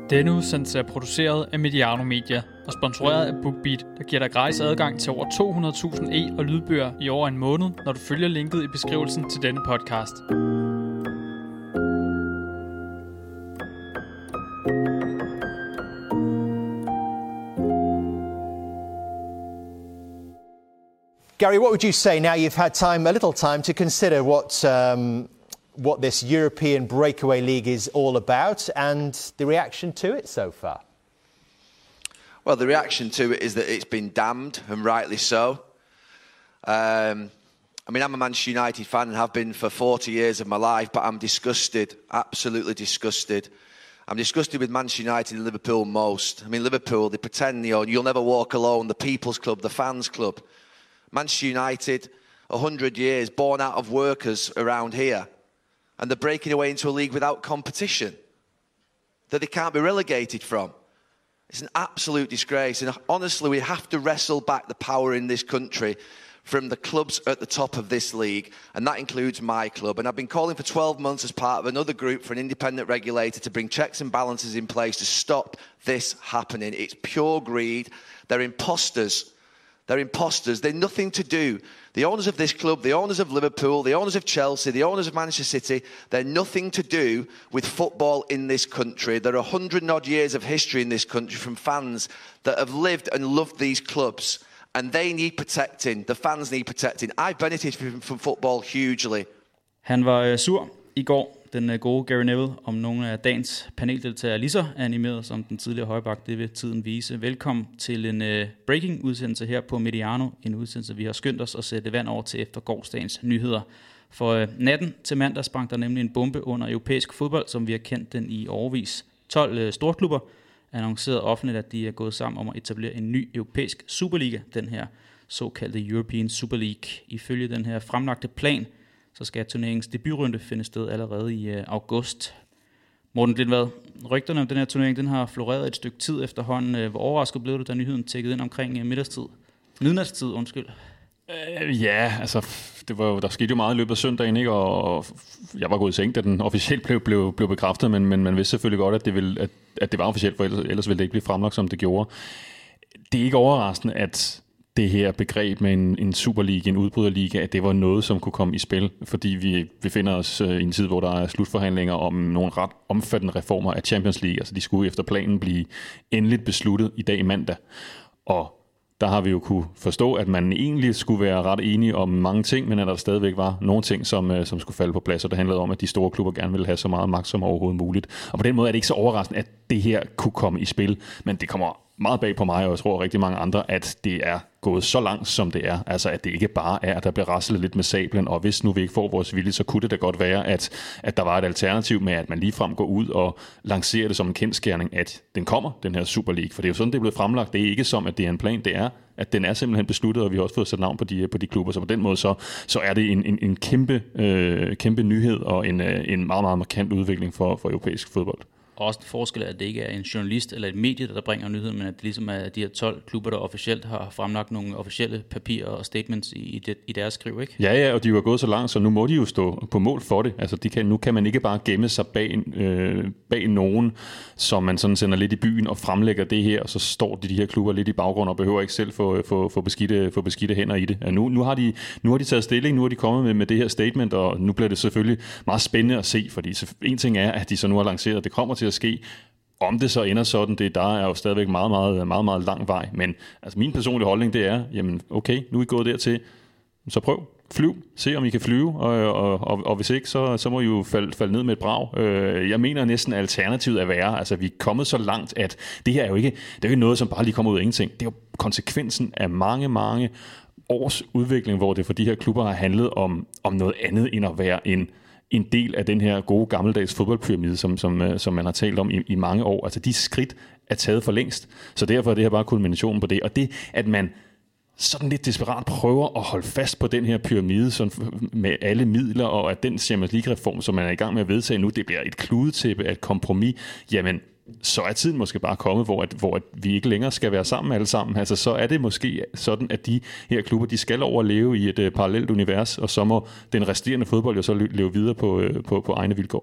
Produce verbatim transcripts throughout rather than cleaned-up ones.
Denne udsendelse er produceret af Mediano Media og sponsoreret af BookBeat, der giver dig gratis adgang til over to hundrede tusind e- og lydbøger i over en måned, når du følger linket i beskrivelsen til denne podcast. Gary, what would you say now you've had time, a little time, to consider what um, what this European Breakaway League is all about and the reaction to it so far? Well, the reaction to it is that it's been damned, and rightly so. Um, I mean, I'm a Manchester United fan and have been for forty years of my life, but I'm disgusted, absolutely disgusted. I'm disgusted with Manchester United and Liverpool most. I mean, Liverpool, they pretend, you know, you'll never walk alone, the people's club, the fans' club. Manchester United, a hundred years, born out of workers around here. And they're breaking away into a league without competition that they can't be relegated from. It's an absolute disgrace. And honestly, we have to wrestle back the power in this country from the clubs at the top of this league. And that includes my club. And I've been calling for twelve months as part of another group for an independent regulator to bring checks and balances in place to stop this happening. It's pure greed. They're imposters. They're imposters. They're nothing to do. The owners of this club, the owners of Liverpool, the owners of Chelsea, the owners of Manchester City, they're nothing to do with football in this country. There are a hundred and odd years of history in this country from fans that have lived and loved these clubs, and they need protecting. The fans need protecting. I've benefited from, from football hugely. Han var sur i går, den gode Gary Neville, om nogle af dagens paneldeltagere lige så animeret som den tidligere højbak. Det vil tiden vise. Velkommen til en uh, breaking-udsendelse her på Mediano. En udsendelse, vi har skyndt os at sætte vand over til efter gårsdagens nyheder. For uh, natten til mandag sprang der nemlig en bombe under europæisk fodbold, som vi har kendt den i årevis. tolv uh, storklubber annoncerede offentligt, at de er gået sammen om at etablere en ny europæisk Superliga, den her såkaldte European Super League. Ifølge den her fremlagte plan, så skal turneringens debutrunde finde sted allerede i øh, august. Morten Glindvad, rygterne om den her turnering, den har floreret et stykke tid efterhånden. Øh, hvor overrasket blev du, da nyheden tækkede ind omkring øh, middagstid? Midnatstid, undskyld. Øh, ja, altså, det var jo, der skete jo meget i løbet af søndagen, ikke? Og, og jeg var gået i seng, da den officielt blev, blev, blev bekræftet, men, men man vidste selvfølgelig godt, at det, ville, at, at det var officielt, for ellers, ellers ville det ikke blive fremlagt, som det gjorde. Det er ikke overraskende, at det her begreb med en, en superliga, en udbryderliga, at det var noget, som kunne komme i spil, fordi vi befinder os øh, i en tid, hvor der er slutforhandlinger om nogle ret omfattende reformer af Champions League. Altså de skulle efter planen blive endeligt besluttet i dag mandag. Og der har vi jo kunne forstå, at man egentlig skulle være ret enige om mange ting, men at der stadigvæk var nogle ting, som, øh, som skulle falde på plads, og det handlede om, at de store klubber gerne ville have så meget magt som overhovedet muligt. Og på den måde er det ikke så overraskende, at det her kunne komme i spil, men det kommer meget bag på mig, og jeg tror rigtig mange andre, at det er gået så langt, som det er. Altså, at det ikke bare er, at der bliver raslet lidt med sablen, og hvis nu vi ikke får vores vilje, så kunne det da godt være, at, at der var et alternativ med, at man ligefrem går ud og lancerer det som en kendskærning, at den kommer, den her Super League. For det er jo sådan, det er blevet fremlagt. Det er ikke som, at det er en plan. Det er, at den er simpelthen besluttet, og vi har også fået sat navn på de, på de klubber. Så på den måde, så, så er det en, en, en kæmpe, øh, kæmpe nyhed og en, en meget, meget markant udvikling for, for europæisk fodbold. Og også en forskel er, at det ikke er en journalist eller et medie, der bringer nyheden, men at det ligesom er de her tolv klubber, der officielt har fremlagt nogle officielle papirer og statements i, det, i deres skriv, ikke? Ja, ja, og de er jo gået så langt, så nu må de jo stå på mål for det. Altså, de kan, nu kan man ikke bare gemme sig bag, øh, bag nogen, som man sådan sender lidt i byen og fremlægger det her, og så står de, de her klubber lidt i baggrund og behøver ikke selv få, få, få, beskidte, få beskidte hænder i det. Nu, nu, har de, nu har de taget stilling, nu har de kommet med, med det her statement, og nu bliver det selvfølgelig meget spændende at se, fordi en ting er, at de så nu har lanceret, at det kommer til at ske. Om det så ender sådan, det der er jo stadigvæk meget, meget, meget, meget lang vej. Men altså, min personlige holdning, det er, jamen okay, nu er I gået dertil, så prøv, flyv, se om I kan flyve, og, og, og, og hvis ikke, så, så må I jo falde, falde ned med et brag. Jeg mener næsten, at alternativet er værre. Altså, vi er kommet så langt, at det her er jo ikke, det er jo ikke noget, som bare lige kommer ud af ingenting. Det er jo konsekvensen af mange, mange års udvikling, hvor det for de her klubber har handlet om, om noget andet, end at være en en del af den her gode gammeldags fodboldpyramide, som, som, som man har talt om i, i mange år. Altså de skridt er taget for længst. Så derfor er det her bare kulminationen på det. Og det, at man sådan lidt desperat prøver at holde fast på den her pyramide sådan med alle midler, og at den Champions League-reform, som man er i gang med at vedtage nu, det bliver et kludetæppe af et kompromis, jamen så er tiden måske bare kommet, hvor, at, hvor at vi ikke længere skal være sammen alle sammen. Altså så er det måske sådan, at de her klubber, de skal overleve i et uh, parallelt univers, og så må den resterende fodbold jo så leve videre på, uh, på, på egne vilkår.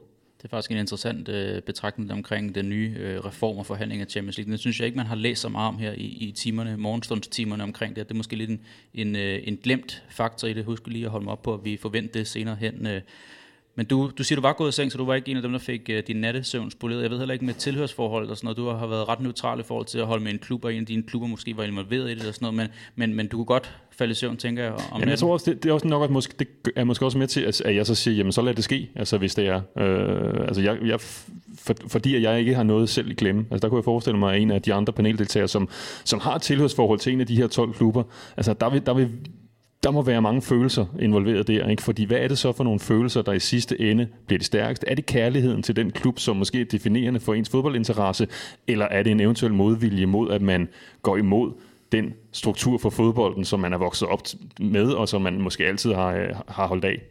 Det er faktisk en interessant øh, betragtning omkring den nye øh, reform og forhandling af Champions League. Det synes jeg ikke, man har læst så meget om her i, i timerne, morgenstundstimerne omkring det. Det er måske lidt en, en, øh, en glemt faktor i det. Husk lige at holde mig op på, at vi forventer det senere hen. Øh. Men du, du siger, du var gået i seng, så du var ikke en af dem, der fik uh, din nattesøvn spoleret. Jeg ved heller ikke med tilhørsforhold og sådan noget. Du har været ret neutral i forhold til at holde med en klub, og en af dine klubber måske var involveret i det og sådan noget. Men, men, men du kunne godt falde i søvn, tænker jeg, om Jamen, jeg tror også, det, det er også nok, at måske, det er måske også med til, at jeg så siger, jamen så lad det ske, altså hvis det er. Øh, altså jeg, jeg, for, fordi at jeg ikke har noget selv i klemme. Altså der kunne jeg forestille mig, at en af de andre paneldeltagere, som, som har tilhørsforhold til en af de her tolv klubber, altså der vil, der vil Der må være mange følelser involveret der, ikke? Fordi hvad er det så for nogle følelser, der i sidste ende bliver de stærkeste? Er det kærligheden til den klub, som måske er definerende for ens fodboldinteresse, eller er det en eventuel modvilje mod, at man går imod den struktur for fodbolden, som man er vokset op med, og som man måske altid har, har holdt af?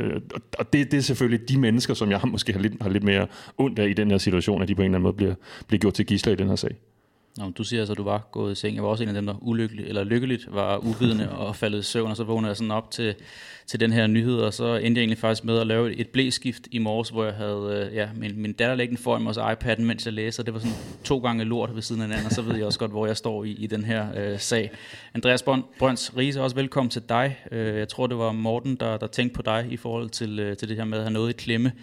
Og det, det er selvfølgelig de mennesker, som jeg måske har lidt, har lidt mere ondt af i den her situation, at de på en eller anden måde bliver, bliver gjort til gidsler i den her sag. Nå, du siger altså, at du var gået i seng. Jeg var også en af dem, der ulykkeligt eller lykkeligt var uvidende og faldet i søvn, og så vågnede jeg sådan op til, til den her nyhed, og så endte jeg egentlig faktisk med at lave et blæskift i morges, hvor jeg havde ja, min, min datter liggende foran mig og iPad'en, mens jeg læser. Det var sådan to gange lort ved siden af hinanden, og så ved jeg også godt, hvor jeg står i, i den her øh, sag. Andreas Brøns Riise, også velkommen til dig. Jeg tror, det var Morten, der, der tænkte på dig i forhold til, til det her med at have noget i klemme.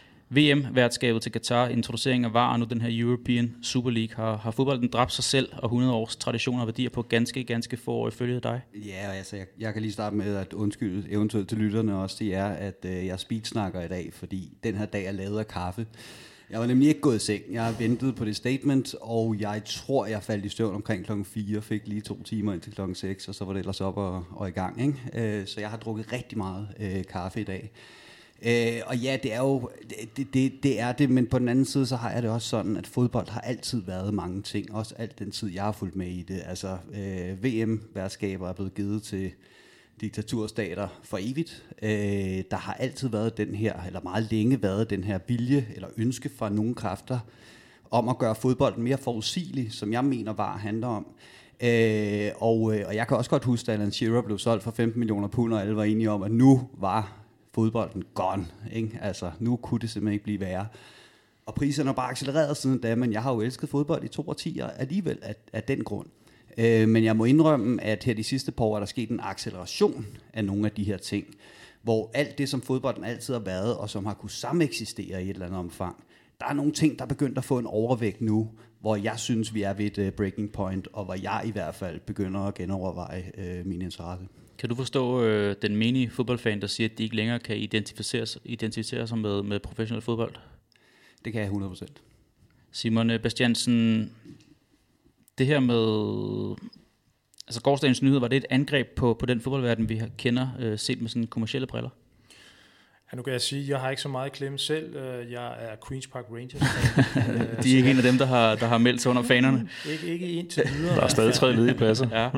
V M-værtskabet til Qatar, introducering af V A R og nu den her European Super League. Har, har fodbolden dræbt sig selv og hundrede års traditioner og værdier på ganske, ganske få år ifølge dig? Ja, altså jeg, jeg kan lige starte med at undskylde eventuelt til lytterne også, det er, at øh, jeg speedsnakker i dag, fordi den her dag er lavet af kaffe. Jeg var nemlig ikke gået i seng. Jeg har ventet på det statement, og jeg tror, jeg faldt i støvn omkring klokken fire, fik lige to timer indtil klokken seks, og så var det ellers op og, og i gang. Ikke? Øh, så jeg har drukket rigtig meget øh, kaffe i dag. Øh, og ja, det er jo det, det, det er det, men på den anden side, så har jeg det også sådan, at fodbold har altid været mange ting, også alt den tid, jeg har fulgt med i det. Altså, øh, V M-værtskaber er blevet givet til diktaturstater for evigt. Øh, der har altid været den her, eller meget længe været den her vilje, eller ønske fra nogle kræfter, om at gøre fodbolden mere forudsigelig, som jeg mener var handler om. Øh, og, og jeg kan også godt huske, at Alan Shearer blev solgt for femten millioner pund, og alle var enige om, at nu var fodbolden gone, ikke? Altså, nu kunne det simpelthen ikke blive værre. Og priserne har bare accelereret siden da, men jeg har jo elsket fodbold i to årtier alligevel af, af den grund. Øh, men jeg må indrømme, at her de sidste par år er der sket en acceleration af nogle af de her ting, hvor alt det, som fodbolden altid har været, og som har kunnet sameksistere i et eller andet omfang, der er nogle ting, der er begyndt at få en overvægt nu, hvor jeg synes, vi er ved et uh, breaking point, og hvor jeg i hvert fald begynder at genoverveje uh, min interesse. Kan du forstå øh, den menige fodboldfan, der siger, at de ikke længere kan identificere, identificere sig med, med professionel fodbold? Det kan jeg hundrede procent. Simon Bastiansen, det her med... Altså gårsdagens nyhed, var det et angreb på, på den fodboldverden, vi kender, øh, set med sådan kommercielle briller? Ja, nu kan jeg sige, at jeg har ikke så meget klemme selv. Jeg er Queen's Park Rangers. De er ikke en af dem, der har, der har meldt sig under fanerne? Ikke, ikke indtil videre. Der er stadig tre ledige pladser. Ja.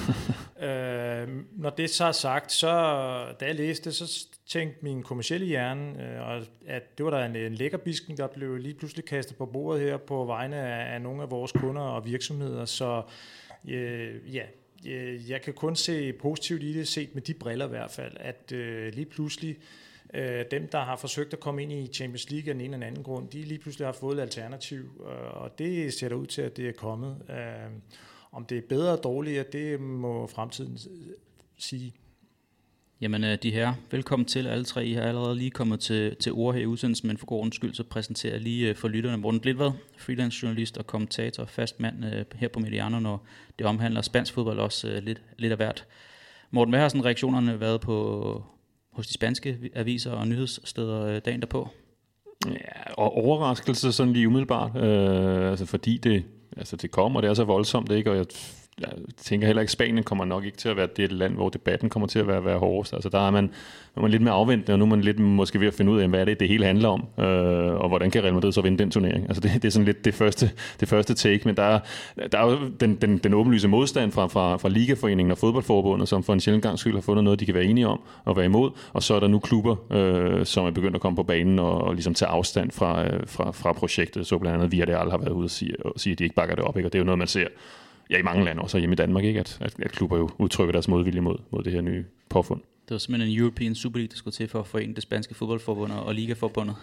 Ja. Øh, når det så er sagt, så da jeg læste det, så tænkte min kommercielle hjerne, øh, at det var der en, en lækkerbisken, der blev lige pludselig kastet på bordet her på vegne af, af nogle af vores kunder og virksomheder. Så øh, ja, jeg kan kun se positivt i det, set med de briller i hvert fald, at øh, lige pludselig dem, der har forsøgt at komme ind i Champions League af den ene eller anden grund, de lige pludselig har fået et alternativ, og det ser der ud til, at det er kommet. Om det er bedre og dårligere, det må fremtiden sige. Jamen de her, velkommen til alle tre. I har allerede lige kommet til, til ord her i udsendelsen, men for god ordens skyld, så præsenterer jeg lige for lytterne Morten Blitvad, freelance journalist og kommentator, fast mand her på Mediano, når det omhandler spansk fodbold også lidt, lidt af hvert. Morten, hvad har sådan reaktionerne været på hos de spanske aviser og nyhedssteder dagen derpå? Ja, og overraskelse sådan lige umiddelbart, øh, altså fordi det, altså det kommer, det er så voldsomt, ikke? Og jeg, jeg tænker heller ikke, Spanien kommer nok ikke til at være det land, hvor debatten kommer til at være, være hårdest. Altså der er man, er man lidt mere afventende, og nu er man lidt måske ved at finde ud af, hvad er det, det hele handler om, øh, og hvordan kan Real Madrid så vinde den turnering. Altså det, det er sådan lidt det første, det første take, men der er, der er jo den, den, den åbenlyse modstand fra, fra, fra Ligaforeningen og Fodboldforbundet, som for en sjældent gang skyld har fundet noget, de kan være enige om og være imod, og så er der nu klubber, øh, som er begyndt at komme på banen og, og ligesom tage afstand fra, øh, fra, fra projektet, så blandt andet Villarreal har været ude og sige, og sige, at de ikke bakker det op, ikke? Og det er jo noget, man ser ja, i mange lande, også hjemme i Danmark, ikke? At, at, at klubber jo udtrykker deres modvilje mod, mod det her nye påfund. Det var simpelthen en European Super League, der skulle til for at forene det spanske fodboldforbund og Ligaforbundet.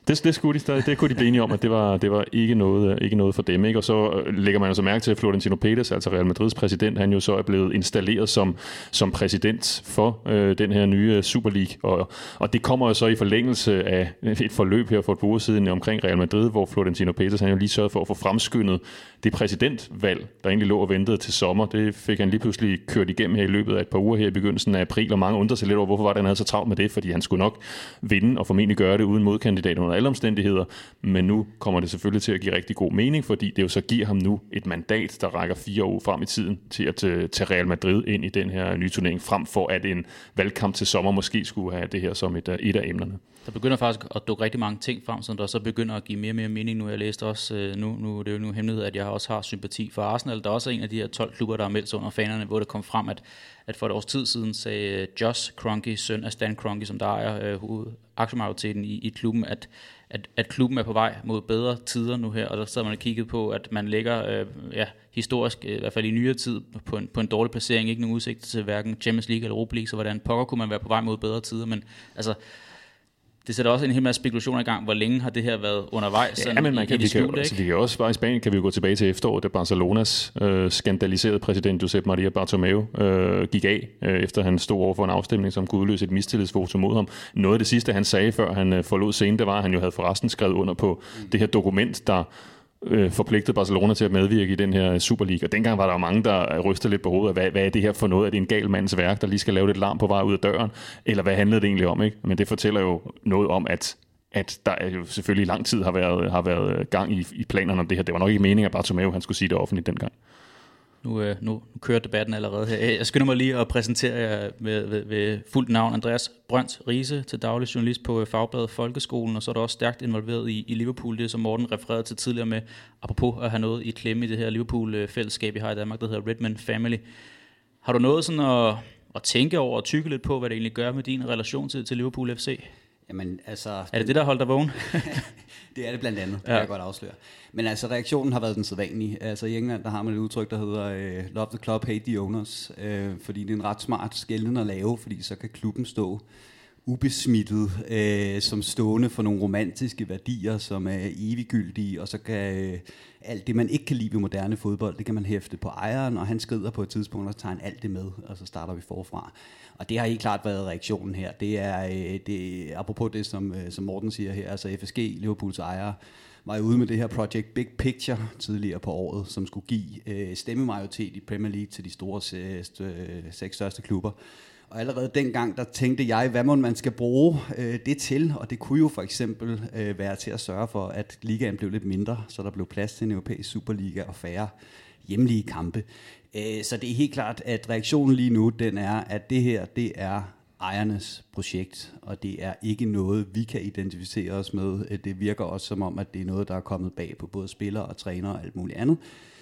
Det, det, skulle de stadig, det kunne de blive enige om, at det var, det var ikke, noget, ikke noget for dem. Ikke? Og så lægger man jo så mærke til, at Florentino Pérez, altså Real Madrids præsident, han jo så er blevet installeret som, som præsident for øh, den her nye Super League. Og, og det kommer jo så i forlængelse af et forløb her for et par uger siden omkring Real Madrid, hvor Florentino Pérez han jo lige sørgede for at få fremskyndet det præsidentvalg, der egentlig lå og ventede til sommer. Det fik han lige pludselig kørt igennem her i løbet af et par uger her i begyndelsen af april, og mange undrer sig lidt over, hvorfor var det, han havde så travlt med det, fordi han skulle nok vinde og formentlig gøre det uden modkandidat under alle omstændigheder. Men nu kommer det selvfølgelig til at give rigtig god mening, fordi det jo så giver ham nu et mandat, der rækker fire år frem i tiden til at tage Real Madrid ind i den her nye turnering, frem for at en valgkamp til sommer måske skulle have det her som et, et af emnerne. Der begynder faktisk at dukke rigtig mange ting frem, som der så begynder at give mere og mere mening. Nu jeg læste også, nu, nu det er jo nu hemmelighed, at jeg også har sympati for Arsenal. Der er også en af de her tolv klubber, der har meldt sig under fanerne, hvor det kom frem, at, at for et års tid siden sagde Josh Kroenke, søn af Stan Kroenke, som der ejer øh, aktiemajoriteten i, i klubben, at, at, at klubben er på vej mod bedre tider nu her. Og der sad man og kiggede på, at man ligger øh, ja, historisk, i hvert fald i nyere tid, på en, på en dårlig placering. Ikke nogen udsigt til hverken Champions League eller Europa League, så hvordan pokker kunne man være på vej mod bedre tider. Men altså, det sætter også en hel masse spekulationer i gang. Hvor længe har det her været undervejs? Ja, men man i, kan, i vi, skjule, kan, altså, vi kan også bare i Spanien kan vi jo gå tilbage til efteråret, da Barcelonas øh, skandaliserede præsident Josep Maria Bartomeu øh, gik af, øh, efter han stod over for en afstemning, som kunne udløse et mistillidsvotum mod ham. Noget af det sidste, han sagde, før han øh, forlod scenen, det var, at han jo havde forresten skrevet under på mm. det her dokument, der øh, forpligtede Barcelona til at medvirke i den her Super League. Og dengang var der jo mange, der rystede lidt på hovedet af, hvad, hvad er det her for noget? Er det en gal mands værk, der lige skal lave lidt larm på vej ud af døren? Eller hvad handlede det egentlig om? Ikke? Men det fortæller jo noget om, at at der jo selvfølgelig i lang tid har været, har været gang i, i planerne om det her. Det var nok ikke meningen, at Bartomeu han skulle sige det offentligt dengang. Nu, øh, nu, nu kører debatten allerede her. Jeg skynder mig lige at præsentere jer med, ved, ved fuldt navn. Andreas Brøns Riise, til daglig journalist på Fagbladet Folkeskolen, og så er du også stærkt involveret i, i Liverpool, det som Morten refererede til tidligere med, apropos at have noget i klemme i det her Liverpool-fællesskab, vi har i Danmark, der hedder Redman Family. Har du noget sådan at, at tænke over og tykke lidt på, hvad det egentlig gør med din relation til, til Liverpool F C? Jamen, altså, er det det, der holder dig vågen? Det er det blandt andet, det ja. kan jeg godt afsløre. Men altså, reaktionen har været den sædvanlige. Altså, i England, der har man et udtryk, der hedder uh, love the club, hate the owners. Uh, fordi det er en ret smart skelnen at lave, fordi så kan klubben stå ubesmittet, uh, som stående for nogle romantiske værdier, som er eviggyldige, og så kan uh, alt det, man ikke kan lide ved moderne fodbold, det kan man hæfte på ejeren, og han skrider på et tidspunkt, og så tager han alt det med, og så starter vi forfra. Og det har helt klart været reaktionen her. Det er, det, apropos det, som, som Morten siger her, altså F S G, Liverpools ejere, var jo ude med det her Project Big Picture tidligere på året, som skulle give øh, stemmemajoritet i Premier League til de store øh, seks største klubber. Og allerede dengang, der tænkte jeg, hvad må man skal bruge øh, det til? Og det kunne jo for eksempel øh, være til at sørge for, at ligaen blev lidt mindre, så der blev plads til en europæisk Superliga og færre hjemlige kampe. Så det er helt klart, at reaktionen lige nu, den er, at det her, det er ejernes projekt, og det er ikke noget, vi kan identificere os med. Det virker også som om, at det er noget, der er kommet bag på både spillere og trænere og alt muligt andet.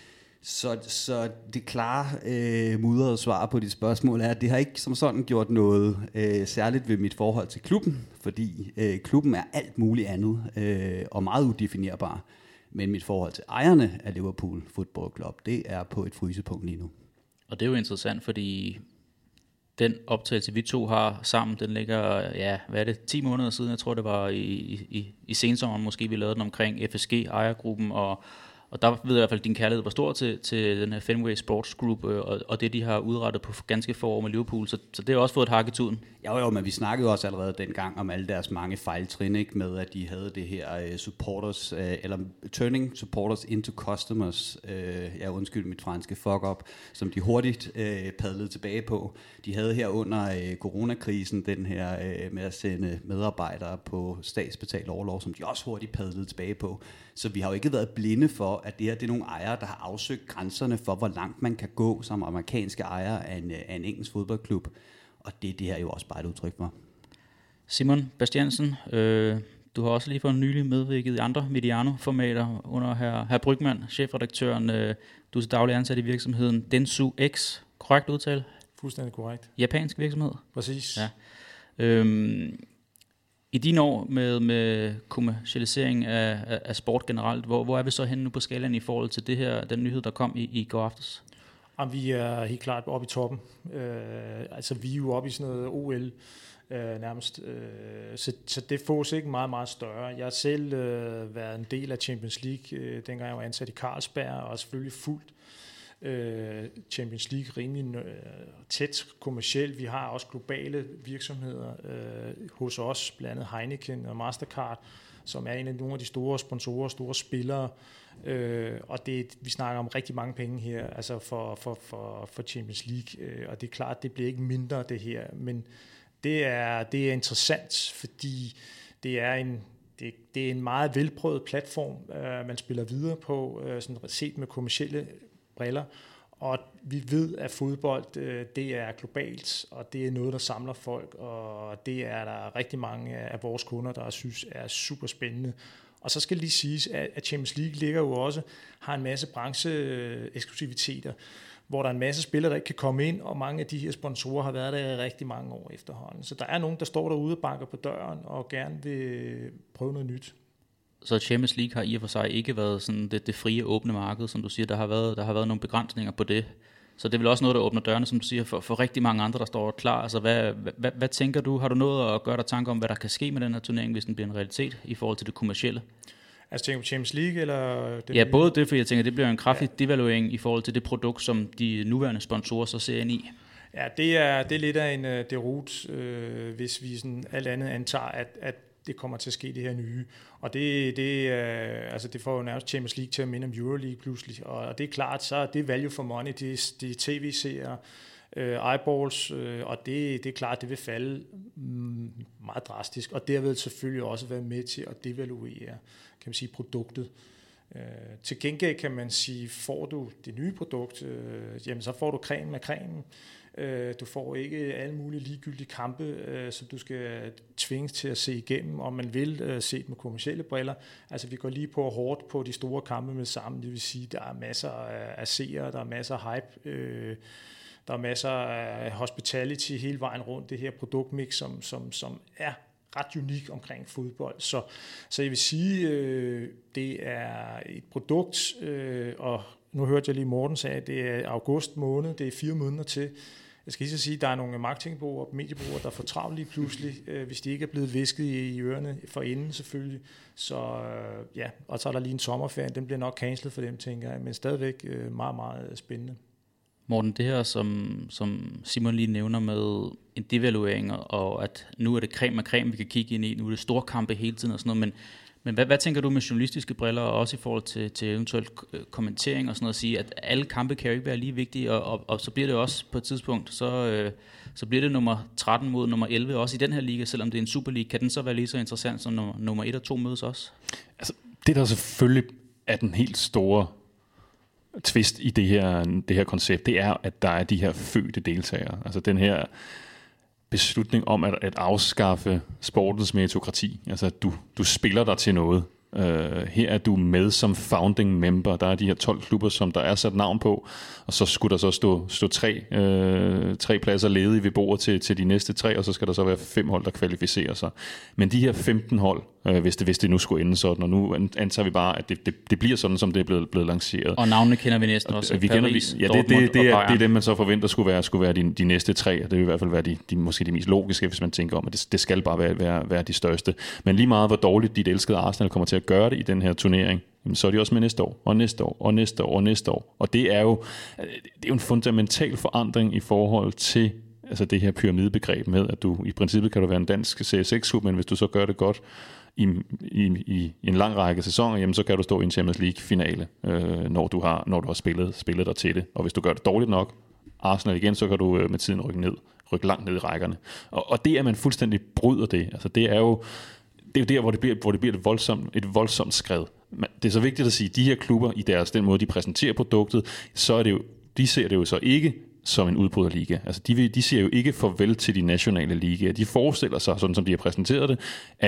Så, så det klare øh, mudrede svar på de spørgsmål er, at det har ikke som sådan gjort noget øh, særligt ved mit forhold til klubben, fordi øh, klubben er alt muligt andet øh, og meget udefinerbar. Men mit forhold til ejerne af Liverpool Football Club, det er på et frysepunkt lige nu. Og det er jo interessant, fordi den optagelse, vi to har sammen, den ligger, ja, hvad er det, ti måneder siden, jeg tror det var i, i, i sensommeren, måske vi lavede den omkring F S G-ejergruppen, og, og der ved jeg i hvert fald, at din kærlighed var stor til, til den her Fenway Sports Group, og, og det, de har udrettet på ganske få år med Liverpool, så, så det har også fået et hak i tuden. Jo, jo, men vi snakkede også allerede dengang om alle deres mange fejltrin, ikke, med at de havde det her uh, supporters, uh, eller turning supporters into customers, uh, jeg undskyld mit franske fuck-up, som de hurtigt uh, padlede tilbage på. De havde her under uh, coronakrisen den her uh, med at sende medarbejdere på statsbetalt overlov, som de også hurtigt padlede tilbage på. Så vi har jo ikke været blinde for, at det her det er nogle ejere, der har afsøgt grænserne for, hvor langt man kan gå som amerikanske ejere af en, af en engelsk fodboldklub. Og det er det her jo også bare et udtryk for. Simon Bastiansen, øh, du har også lige for nylig medvirket i andre Mediano-formater under herr, herr Brygmann, chefredaktøren. Øh, du er til daglig ansat i virksomheden Dentsu X. Korrekt udtale? Fuldstændig korrekt. Japansk virksomhed? Præcis. Ja. Øhm, I dine år med, med kommercialisering af, af, af sport generelt, hvor, hvor er vi så henne nu på skalaen i forhold til det her, den nyhed, der kom i, i går aftes? Jamen, vi er helt klart oppe i toppen. Øh, altså, vi er jo oppe i sådan noget O L øh, nærmest. Øh, så, så det fås ikke meget, meget større. Jeg har selv øh, været en del af Champions League, øh, dengang jeg var ansat i Carlsberg, og selvfølgelig fuldt øh, Champions League rimelig øh, tæt kommercielt. Vi har også globale virksomheder øh, hos os, blandt andet Heineken og Mastercard, som er en af nogle af de store sponsorer, store spillere, øh, og det, vi snakker om rigtig mange penge her, altså for, for, for, for Champions League, øh, og det er klart, det bliver ikke mindre det her, men det er, det er interessant, fordi det er en, det, det er en meget velprøvet platform, øh, man spiller videre på, øh, sådan set med kommercielle briller, og vi ved, at fodbold, øh, det er globalt, og det er noget, der samler folk, og det er der rigtig mange af vores kunder, der synes er super spændende. Og så skal det lige siges, at Champions League ligger jo også, har en masse brancheeksklusiviteter, hvor der er en masse spillere, der ikke kan komme ind, og mange af de her sponsorer har været der i rigtig mange år efterhånden. Så der er nogen, der står derude og banker på døren, og gerne vil prøve noget nyt. Så Champions League har i og for sig ikke været sådan det, det frie, åbne marked, som du siger. Der har været, der har været nogle begrænsninger på det. Så det er vel også noget, der åbner dørene, som du siger, for, for rigtig mange andre, der står klar. Altså, hvad, hvad, hvad tænker du? Har du noget at gøre dig tanker om, hvad der kan ske med den her turnering, hvis den bliver en realitet i forhold til det kommercielle? Altså tænker du Champions League? Eller det ja, både det, for jeg tænker, det bliver en kraftig ja. devaluering i forhold til det produkt, som de nuværende sponsorer så ser ind i. Ja, det er, det er lidt af en uh, derut, øh, hvis vi sådan alt andet antager, at, at det kommer til at ske det her nye. Og det, det, øh, altså det får jo nærmest Champions League til at minde om Euroleague pludselig. Og det er klart, så er det value for money, det, det er tv-serier, øh, eyeballs, øh, og det, det er klart, det vil falde mm, meget drastisk. Og det vil selvfølgelig også være med til at devaluere, kan man sige, produktet. Øh, til gengæld kan man sige, får du det nye produkt, øh, jamen så får du creme med cremen. Du får ikke alle mulige ligegyldige kampe, som du skal tvinges til at se igennem, om man vil se med kommercielle briller. Altså vi går lige på hårdt på de store kampe med sammen, det vil sige, der er masser af seere, der er masser af hype, der er masser af hospitality hele vejen rundt, det her produktmix, som, som, som er ret unik omkring fodbold. Så, så jeg vil sige, det er et produkt, og nu hørte jeg lige Morten sige, at det er august måned, det er fire måneder til. Jeg skal lige så sige, at der er nogle marketingbrugere og mediebrugere, der får travlt lige pludselig, øh, hvis de ikke er blevet visket i ørerne forinden selvfølgelig. Så øh, ja, og så er der lige en sommerferie, den bliver nok cancelet for dem, tænker jeg, men stadigvæk øh, meget, meget spændende. Morten, det her, som, som Simon lige nævner med en devaluering, og at nu er det creme og creme, vi kan kigge ind i, nu er det store kampe hele tiden og sådan noget, men Men hvad, hvad tænker du med journalistiske briller, og også i forhold til, til eventuelt kommentering og sådan noget, at sige, at alle kampe kan jo ikke være lige vigtige, og, og, og så bliver det også på et tidspunkt, så, øh, så bliver det nummer tretten mod nummer elleve, også i den her liga, selvom det er en Superliga. Kan den så være lige så interessant som nummer, nummer et og to mødes også? Altså, det der selvfølgelig er den helt store twist i det her, det her koncept, det er, at der er de her fødte deltagere. Altså den her beslutning om at, at afskaffe sportens meritokrati. Altså, at du, du spiller dig til noget. Uh, her er du med som founding member. Der er de her tolv klubber, som der er sat navn på, og så skulle der så stå, stå tre, uh, tre pladser ledige ved bordet til, til de næste tre, og så skal der så være fem hold, der kvalificerer sig. Men de her femten hold, uh, hvis, det, hvis det nu skulle ende sådan, og nu antager vi bare, at det, det, det bliver sådan, som det er blevet, blevet lanceret. Og navnene kender vi næsten også. Vi kender, Paris, ja, det, det, det, det, er, det er dem, man så forventer skulle være, skulle være de, de næste tre, og det vil i hvert fald være de, de, måske de mest logiske, hvis man tænker om, at det, det skal bare være, være, være de største. Men lige meget, hvor dårligt dit elskede Arsenal kommer til at gøre det i den her turnering, så er de også med næste år, og næste år, og næste år, og næste år. Og det er jo, det er jo en fundamental forandring i forhold til altså det her pyramidebegreb med, at du i princippet kan du være en dansk C S seks-klub, men hvis du så gør det godt i, i, i en lang række sæsoner, jamen så kan du stå i en Champions League-finale, øh, når du har, når du har spillet, spillet dig til det. Og hvis du gør det dårligt nok, Arsenal igen, så kan du øh, med tiden rykke ned, rykke langt ned i rækkerne. Og, og det, at man fuldstændig bryder det, altså det er jo det er jo der, hvor det bliver, hvor det bliver et, voldsomt, et voldsomt skred. Men det er så vigtigt at sige, at de her klubber, i deres den måde, de præsenterer produktet, så er det jo, de ser det jo så ikke som en udbryderliga. Altså de, de siger jo ikke farvel til de nationale ligaer. De forestiller sig, sådan som de har præsenteret det, at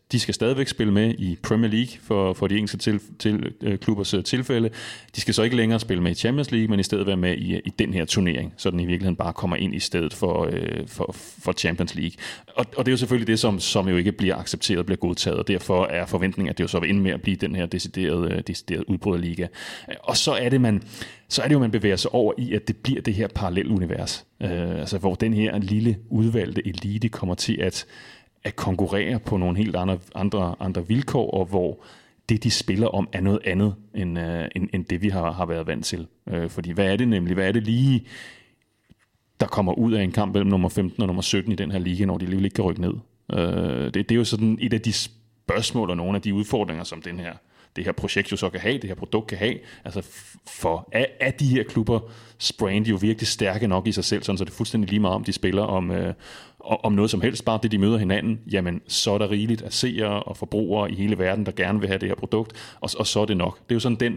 De skal stadigvæk spille med i Premier League for, for de engelske til, til, øh, klubbers tilfælde. De skal så ikke længere spille med i Champions League, men i stedet være med i, i den her turnering, så den i virkeligheden bare kommer ind i stedet for, øh, for, for Champions League. Og, og det er jo selvfølgelig det, som, som jo ikke bliver accepteret, bliver godtaget, og derfor er forventningen, at det jo så vil ende med at blive den her deciderede, øh, deciderede udbryderliga. Og så er det, man, så er det jo, man bevæger sig over i, at det bliver det her parallelunivers, øh, altså hvor den her lille udvalgte elite kommer til at at konkurrere på nogle helt andre, andre, andre vilkår, og hvor det, de spiller om, er noget andet, end, øh, end, end det, vi har, har været vant til. Øh, fordi hvad er det nemlig? Hvad er det lige, der kommer ud af en kamp mellem nummer femten og nummer sytten i den her liga, når de alligevel ikke kan rykke ned? Øh, det, det er jo sådan et af de spørgsmål og nogle af de udfordringer, som den her, det her projekt jo så kan have, det her produkt kan have. Altså for, er, er de her klubbers brand jo virkelig stærke nok i sig selv, sådan så det er fuldstændig lige meget, om de spiller om, øh, om noget som helst, bare det de møder hinanden, jamen så er der rigeligt af seere og forbrugere i hele verden, der gerne vil have det her produkt, og, og så er det nok. Det er jo sådan den,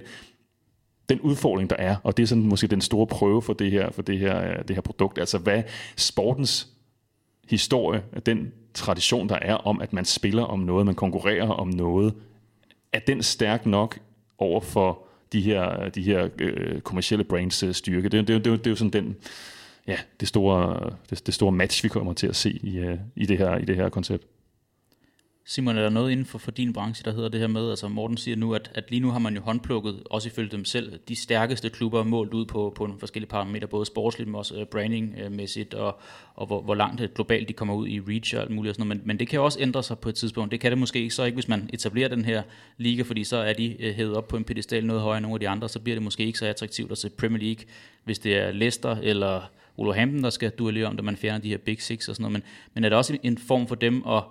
den udfordring, der er, og det er sådan måske den store prøve for det her, for det her, det her produkt. Altså hvad sportens historie, den tradition, der er om, at man spiller om noget, man konkurrerer om noget, er den stærk nok over for de her, de her øh, kommercielle brands øh, styrke? Det, det, det, det er jo sådan den, ja, det store, det, det store match, vi kommer til at se i, øh, i, det, her, i det her koncept. Simon, er der noget inden for, for din branche, der hedder det her med, altså Morten siger nu, at, at lige nu har man jo håndplukket, også ifølge dem selv, de stærkeste klubber målt ud på, på nogle forskellige parametre, både sportsligt, men også brandingmæssigt, og, og hvor, hvor langt globalt de kommer ud i reach og alt muligt og sådan noget. Men, men det kan også ændre sig på et tidspunkt. Det kan det måske ikke, så ikke hvis man etablerer den her liga, fordi så er de hævet op på en pedestal noget højere end nogle af de andre, så bliver det måske ikke så attraktivt at se Premier League, hvis det er Leicester eller Wolverhampton, der skal duellere om det, man fjerner de her Big Six og sådan noget. Men, men er det også en form for dem at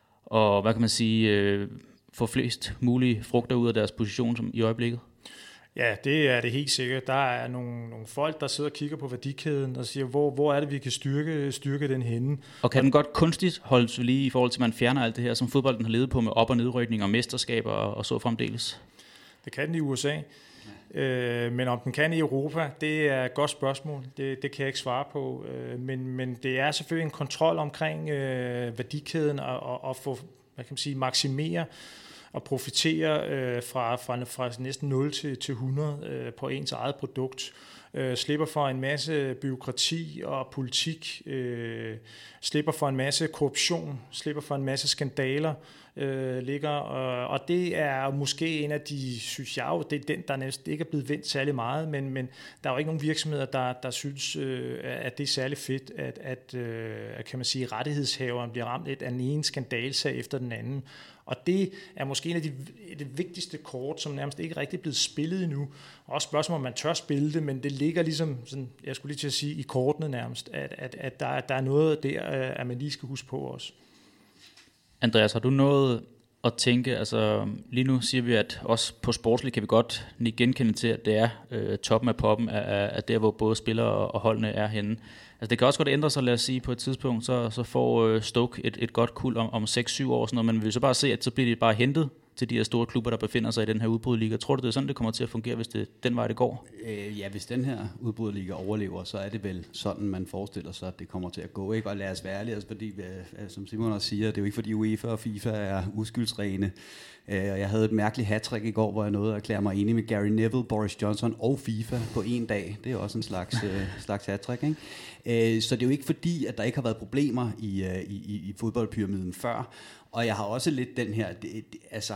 og hvad kan man sige, øh, få flest mulige frugter ud af deres position som i øjeblikket? Ja, det er det helt sikkert. Der er nogle, nogle folk, der sidder og kigger på værdikæden og siger, hvor, hvor er det, vi kan styrke, styrke den henne. Og kan den godt kunstigt holdes lige i forhold til, at man fjerner alt det her, som fodbolden har levet på med op- og nedrykning og mesterskaber og, og så fremdeles? Det kan den i U S A. Øh, men om den kan i Europa, det er et godt spørgsmål. Det, det kan jeg ikke svare på. Øh, men, men det er selvfølgelig en kontrol omkring øh, værdikæden og, og, og få, hvad kan man sige, maksimere og profitere øh, fra, fra, fra næsten nul til, til hundrede øh, på ens eget produkt. Øh, slipper for en masse byråkrati og politik, øh, slipper for en masse korruption, slipper for en masse skandaler, øh, ligger, og, og det er måske en af de, synes jeg jo, det er den, der næsten ikke er blevet vendt særlig meget, men, men der er jo ikke nogen virksomheder, der, der synes, øh, at det er særlig fedt, at, at øh, kan man sige, rettighedshaveren bliver ramt lidt af den ene skandalsag efter den anden. Og det er måske en af de det vigtigste kort, som nærmest ikke rigtig er blevet spillet endnu. Også spørgsmål, om man tør spille det, men det ligger ligesom, sådan, jeg skulle lige til at sige, i kortene nærmest, at, at, at der, der er noget der, at man lige skal huske på også. Andreas, har du noget at tænke, altså lige nu siger vi, at også på sportsligt kan vi godt genkende til, at det er øh, toppen af poppen af, af der, hvor både spillere og holdene er henne. Altså det kan også godt ændre sig, lad os sige, på et tidspunkt, så, så får øh, Stoke et, et godt kuld om, om seks syv år, sådan noget, men vi vil så bare se, at så bliver de bare hentet til de her store klubber, der befinder sig i den her udbryderliga. Tror du, det er sådan, det kommer til at fungere, hvis det er den vej, det går? Øh, ja, hvis den her udbryderliga overlever, så er det vel sådan, man forestiller sig, at det kommer til at gå. Ikke? Og lad os være ærlige, altså, fordi, øh, som Simon også siger, det er jo ikke fordi UEFA og FIFA er uskyldsrene. Øh, jeg havde et mærkeligt hattrick i går, hvor jeg nåede at erklære mig enig med Gary Neville, Boris Johnson og FIFA på en dag. Det er også en slags, øh, slags hattrick, ikke? Øh, så det er jo ikke fordi, at der ikke har været problemer i, øh, i, i fodboldpyramiden før. Og jeg har også lidt den her, det, det, altså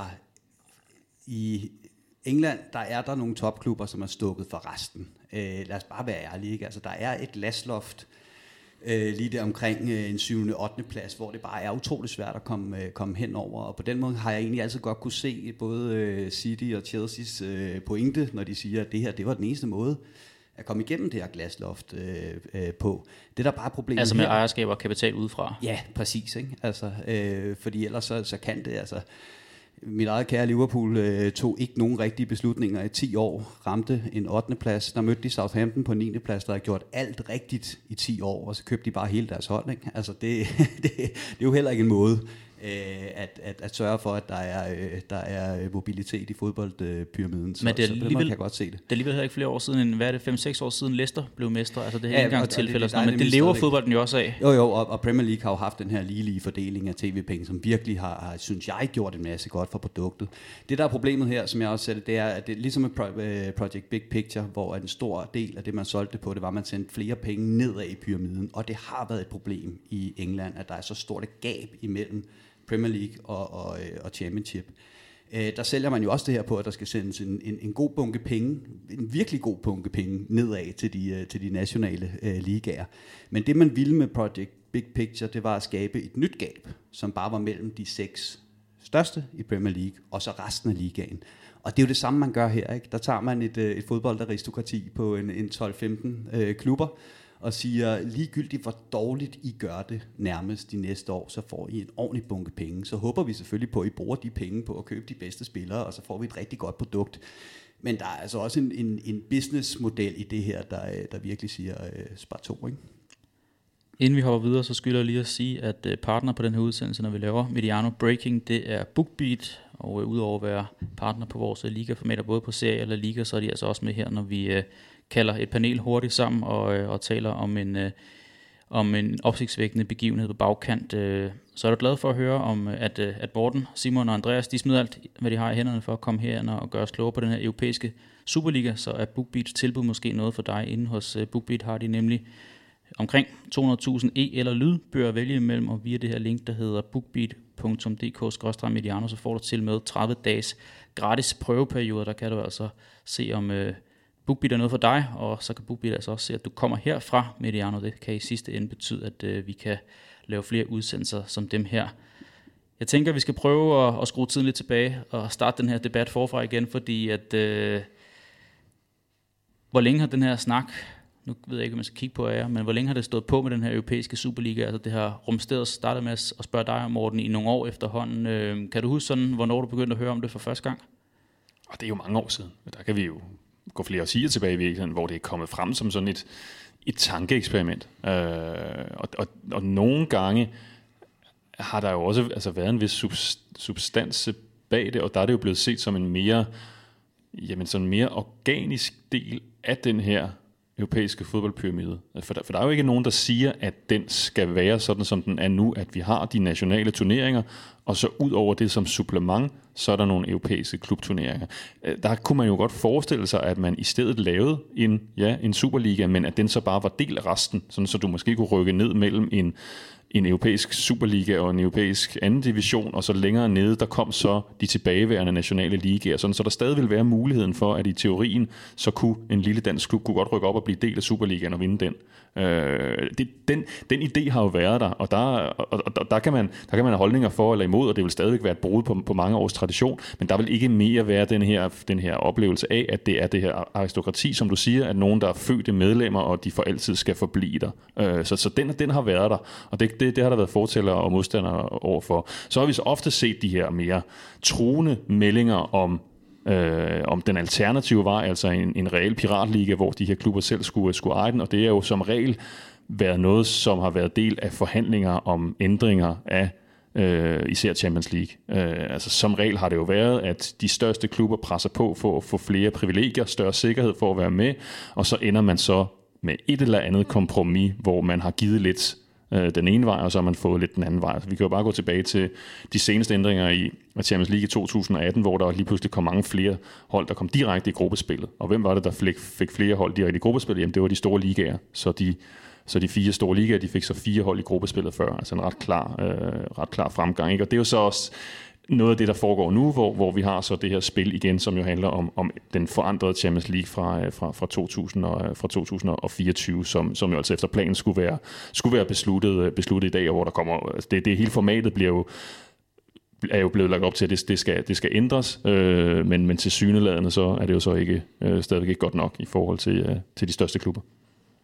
i England, der er der nogle topklubber, som er stukket for resten. Øh, lad os bare være ærlige, ikke? Altså der er et glasloft øh, lige der omkring øh, en syvende og ottende plads, hvor det bare er utroligt svært at komme, øh, komme henover. Og på den måde har jeg egentlig altid godt kunne se både øh, City og Chelseas øh, pointe, når de siger, at det her, det var den eneste måde at komme igennem det her glasloft øh, øh, på. Det der bare er problemet altså med her, ejerskab og kapital udefra. Ja, præcis, ikke? Altså, øh, fordi ellers så, så kan det, altså mit eget kære Liverpool øh, tog ikke nogen rigtige beslutninger i ti år, ramte en ottende plads, der mødte de Southampton på niende plads, der havde gjort alt rigtigt i ti år, og så købte de bare hele deres hold, ikke? Altså det, det, det er jo heller ikke en måde At, at, at sørge for, at der er, der er mobilitet i fodboldpyramiden. Så, Men det er så på den alligevel, måde kan jeg godt se det. Det er alligevel heller ikke flere år siden, end hvad er det, fem seks år siden Leicester blev mestre. Altså det her Ja, indgangstilfælde, og, og det, men det lever fodbolden jo også af. Jo jo, og, og Premier League har jo haft den her ligelige fordeling af tv-penge, som virkelig har, har, synes jeg, gjort en masse godt for produktet. Det der er problemet her, som jeg også sagde, det er, at det er ligesom med Project Big Picture, hvor en stor del af det, man solgte på, det var, at man sendte flere penge nedad i pyramiden, og det har været et problem i England, at der er så stort et gab imellem Premier League og, og, og Championship. Øh, der sælger man jo også det her på, at der skal sendes en, en, en god bunke penge, en virkelig god bunke penge nedad til de, til de nationale øh, ligaer. Men det man ville med Project Big Picture, det var at skabe et nyt gab, som bare var mellem de seks største i Premier League, og så resten af ligaen. Og det er jo det samme, man gør her, ikke? Der tager man et, et fodboldaristokrati på en, en tolv femten øh, klubber, og siger, ligegyldigt hvor dårligt I gør det nærmest de næste år, så får I en ordentlig bunke penge. Så håber vi selvfølgelig på, at I bruger de penge på at købe de bedste spillere, og så får vi et rigtig godt produkt. Men der er altså også en, en, en businessmodel i det her, der, der virkelig siger øh, spar to, ikke? Inden vi hopper videre, så skylder jeg lige at sige, at partner på den her udsendelse, når vi laver Mediano Breaking, det er BookBeat, og udover at være partner på vores ligaformater, både på serie eller liga, så er de altså også med her, når vi uh, kalder et panel hurtigt sammen og, uh, og taler om en, uh, om en opsigtsvækkende begivenhed på bagkant. Uh, så er du glad for at høre om, at, uh, at Morten, Simon og Andreas, de smider alt, hvad de har i hænderne for at komme her og gøre os klogere på den her europæiske Superliga, så er BookBeats tilbud måske noget for dig. Inden hos uh, BookBeat har de nemlig omkring to hundrede tusind e- eller lydbøger at vælge imellem, og via det her link, der hedder bookbeat punktum d k skråstreg mediano, så får du til med tredive dages gratis prøveperiode. Der kan du altså se, om uh, BookBeat er noget for dig, og så kan BookBeat altså også se, at du kommer her fra Mediano. Det kan i sidste ende betyde, at uh, vi kan lave flere udsendelser som dem her. Jeg tænker, at vi skal prøve at, at skrue tiden lidt tilbage og starte den her debat forfra igen, fordi at uh, hvor længe har den her snak, nu ved jeg ikke, om man skal kigge på jer, men hvor længe har det stået på med den her europæiske Superliga? Altså det har rumsteret startet med at spørge dig om, Morten, i nogle år efterhånden. Øh, kan du huske sådan, hvornår du begyndte at høre om det for første gang? Og det er jo mange år siden. Der kan vi jo gå flere årtier tilbage i virkeligheden, hvor det er kommet frem som sådan et, et tankeeksperiment. Øh, og, og, og nogle gange har der jo også altså, været en vis substans bag det, og der er det jo blevet set som en mere, jamen, sådan mere organisk del af den her europæiske fodboldpyramide. For der, for der er jo ikke nogen, der siger, at den skal være sådan, som den er nu, at vi har de nationale turneringer, og så ud over det som supplement, så er der nogle europæiske klubturneringer. Der kunne man jo godt forestille sig, at man i stedet lavede en, ja, en Superliga, men at den så bare var del af resten, sådan så du måske kunne rykke ned mellem en en europæisk Superliga og en europæisk anden division, og så længere nede, der kom så de tilbageværende nationale ligaer, sådan, så der stadig vil være muligheden for, at i teorien, så kunne en lille dansk klub kunne godt rykke op og blive del af Superligaen og vinde den. Øh, det, den, den idé har jo været der, og der, og, og, der, kan man, der kan man have holdninger for eller imod, og det vil stadigvæk være et brud på, på mange års tradition, men der vil ikke mere være den her, den her oplevelse af, at det er det her aristokrati, som du siger, at nogen, der er fødte medlemmer, og de for altid skal forblive der. Øh, så så den, den har været der, og det, det, det har der været fortællere og modstandere overfor. Så har vi så ofte set de her mere truende meldinger om Øh, om den alternative vej, altså en, en reel piratliga, hvor de her klubber selv skulle, skulle eje den, og det er jo som regel været noget, som har været del af forhandlinger om ændringer af øh, især Champions League. Øh, altså som regel har det jo været, at de største klubber presser på for at få flere privilegier, større sikkerhed for at være med, og så ender man så med et eller andet kompromis, hvor man har givet lidt den ene vej, og så har man fået lidt den anden vej. Så vi kan jo bare gå tilbage til de seneste ændringer i Champions League i to tusind atten, hvor der lige pludselig kom mange flere hold, der kom direkte i gruppespillet. Og hvem var det, der fik, fik flere hold direkte i gruppespillet? Jamen, det var de store ligaer. Så de, så de fire store ligaer, de fik så fire hold i gruppespillet før. Altså en ret klar, øh, ret klar fremgang. Ikke? Og det er jo så også noget af det, der foregår nu, hvor, hvor vi har så det her spil igen, som jo handler om, om den forandrede Champions League fra, fra, fra, to tusind og, fra to tusind og fireogtyve, som, som jo altså efter planen skulle være, skulle være besluttet, besluttet i dag, og hvor der kommer, altså det, det hele formatet bliver jo, er jo blevet lagt op til, at det, det, skal, det skal ændres, øh, men, men til syneladende så er det jo så ikke, øh, stadigvæk ikke godt nok i forhold til, øh, til de største klubber.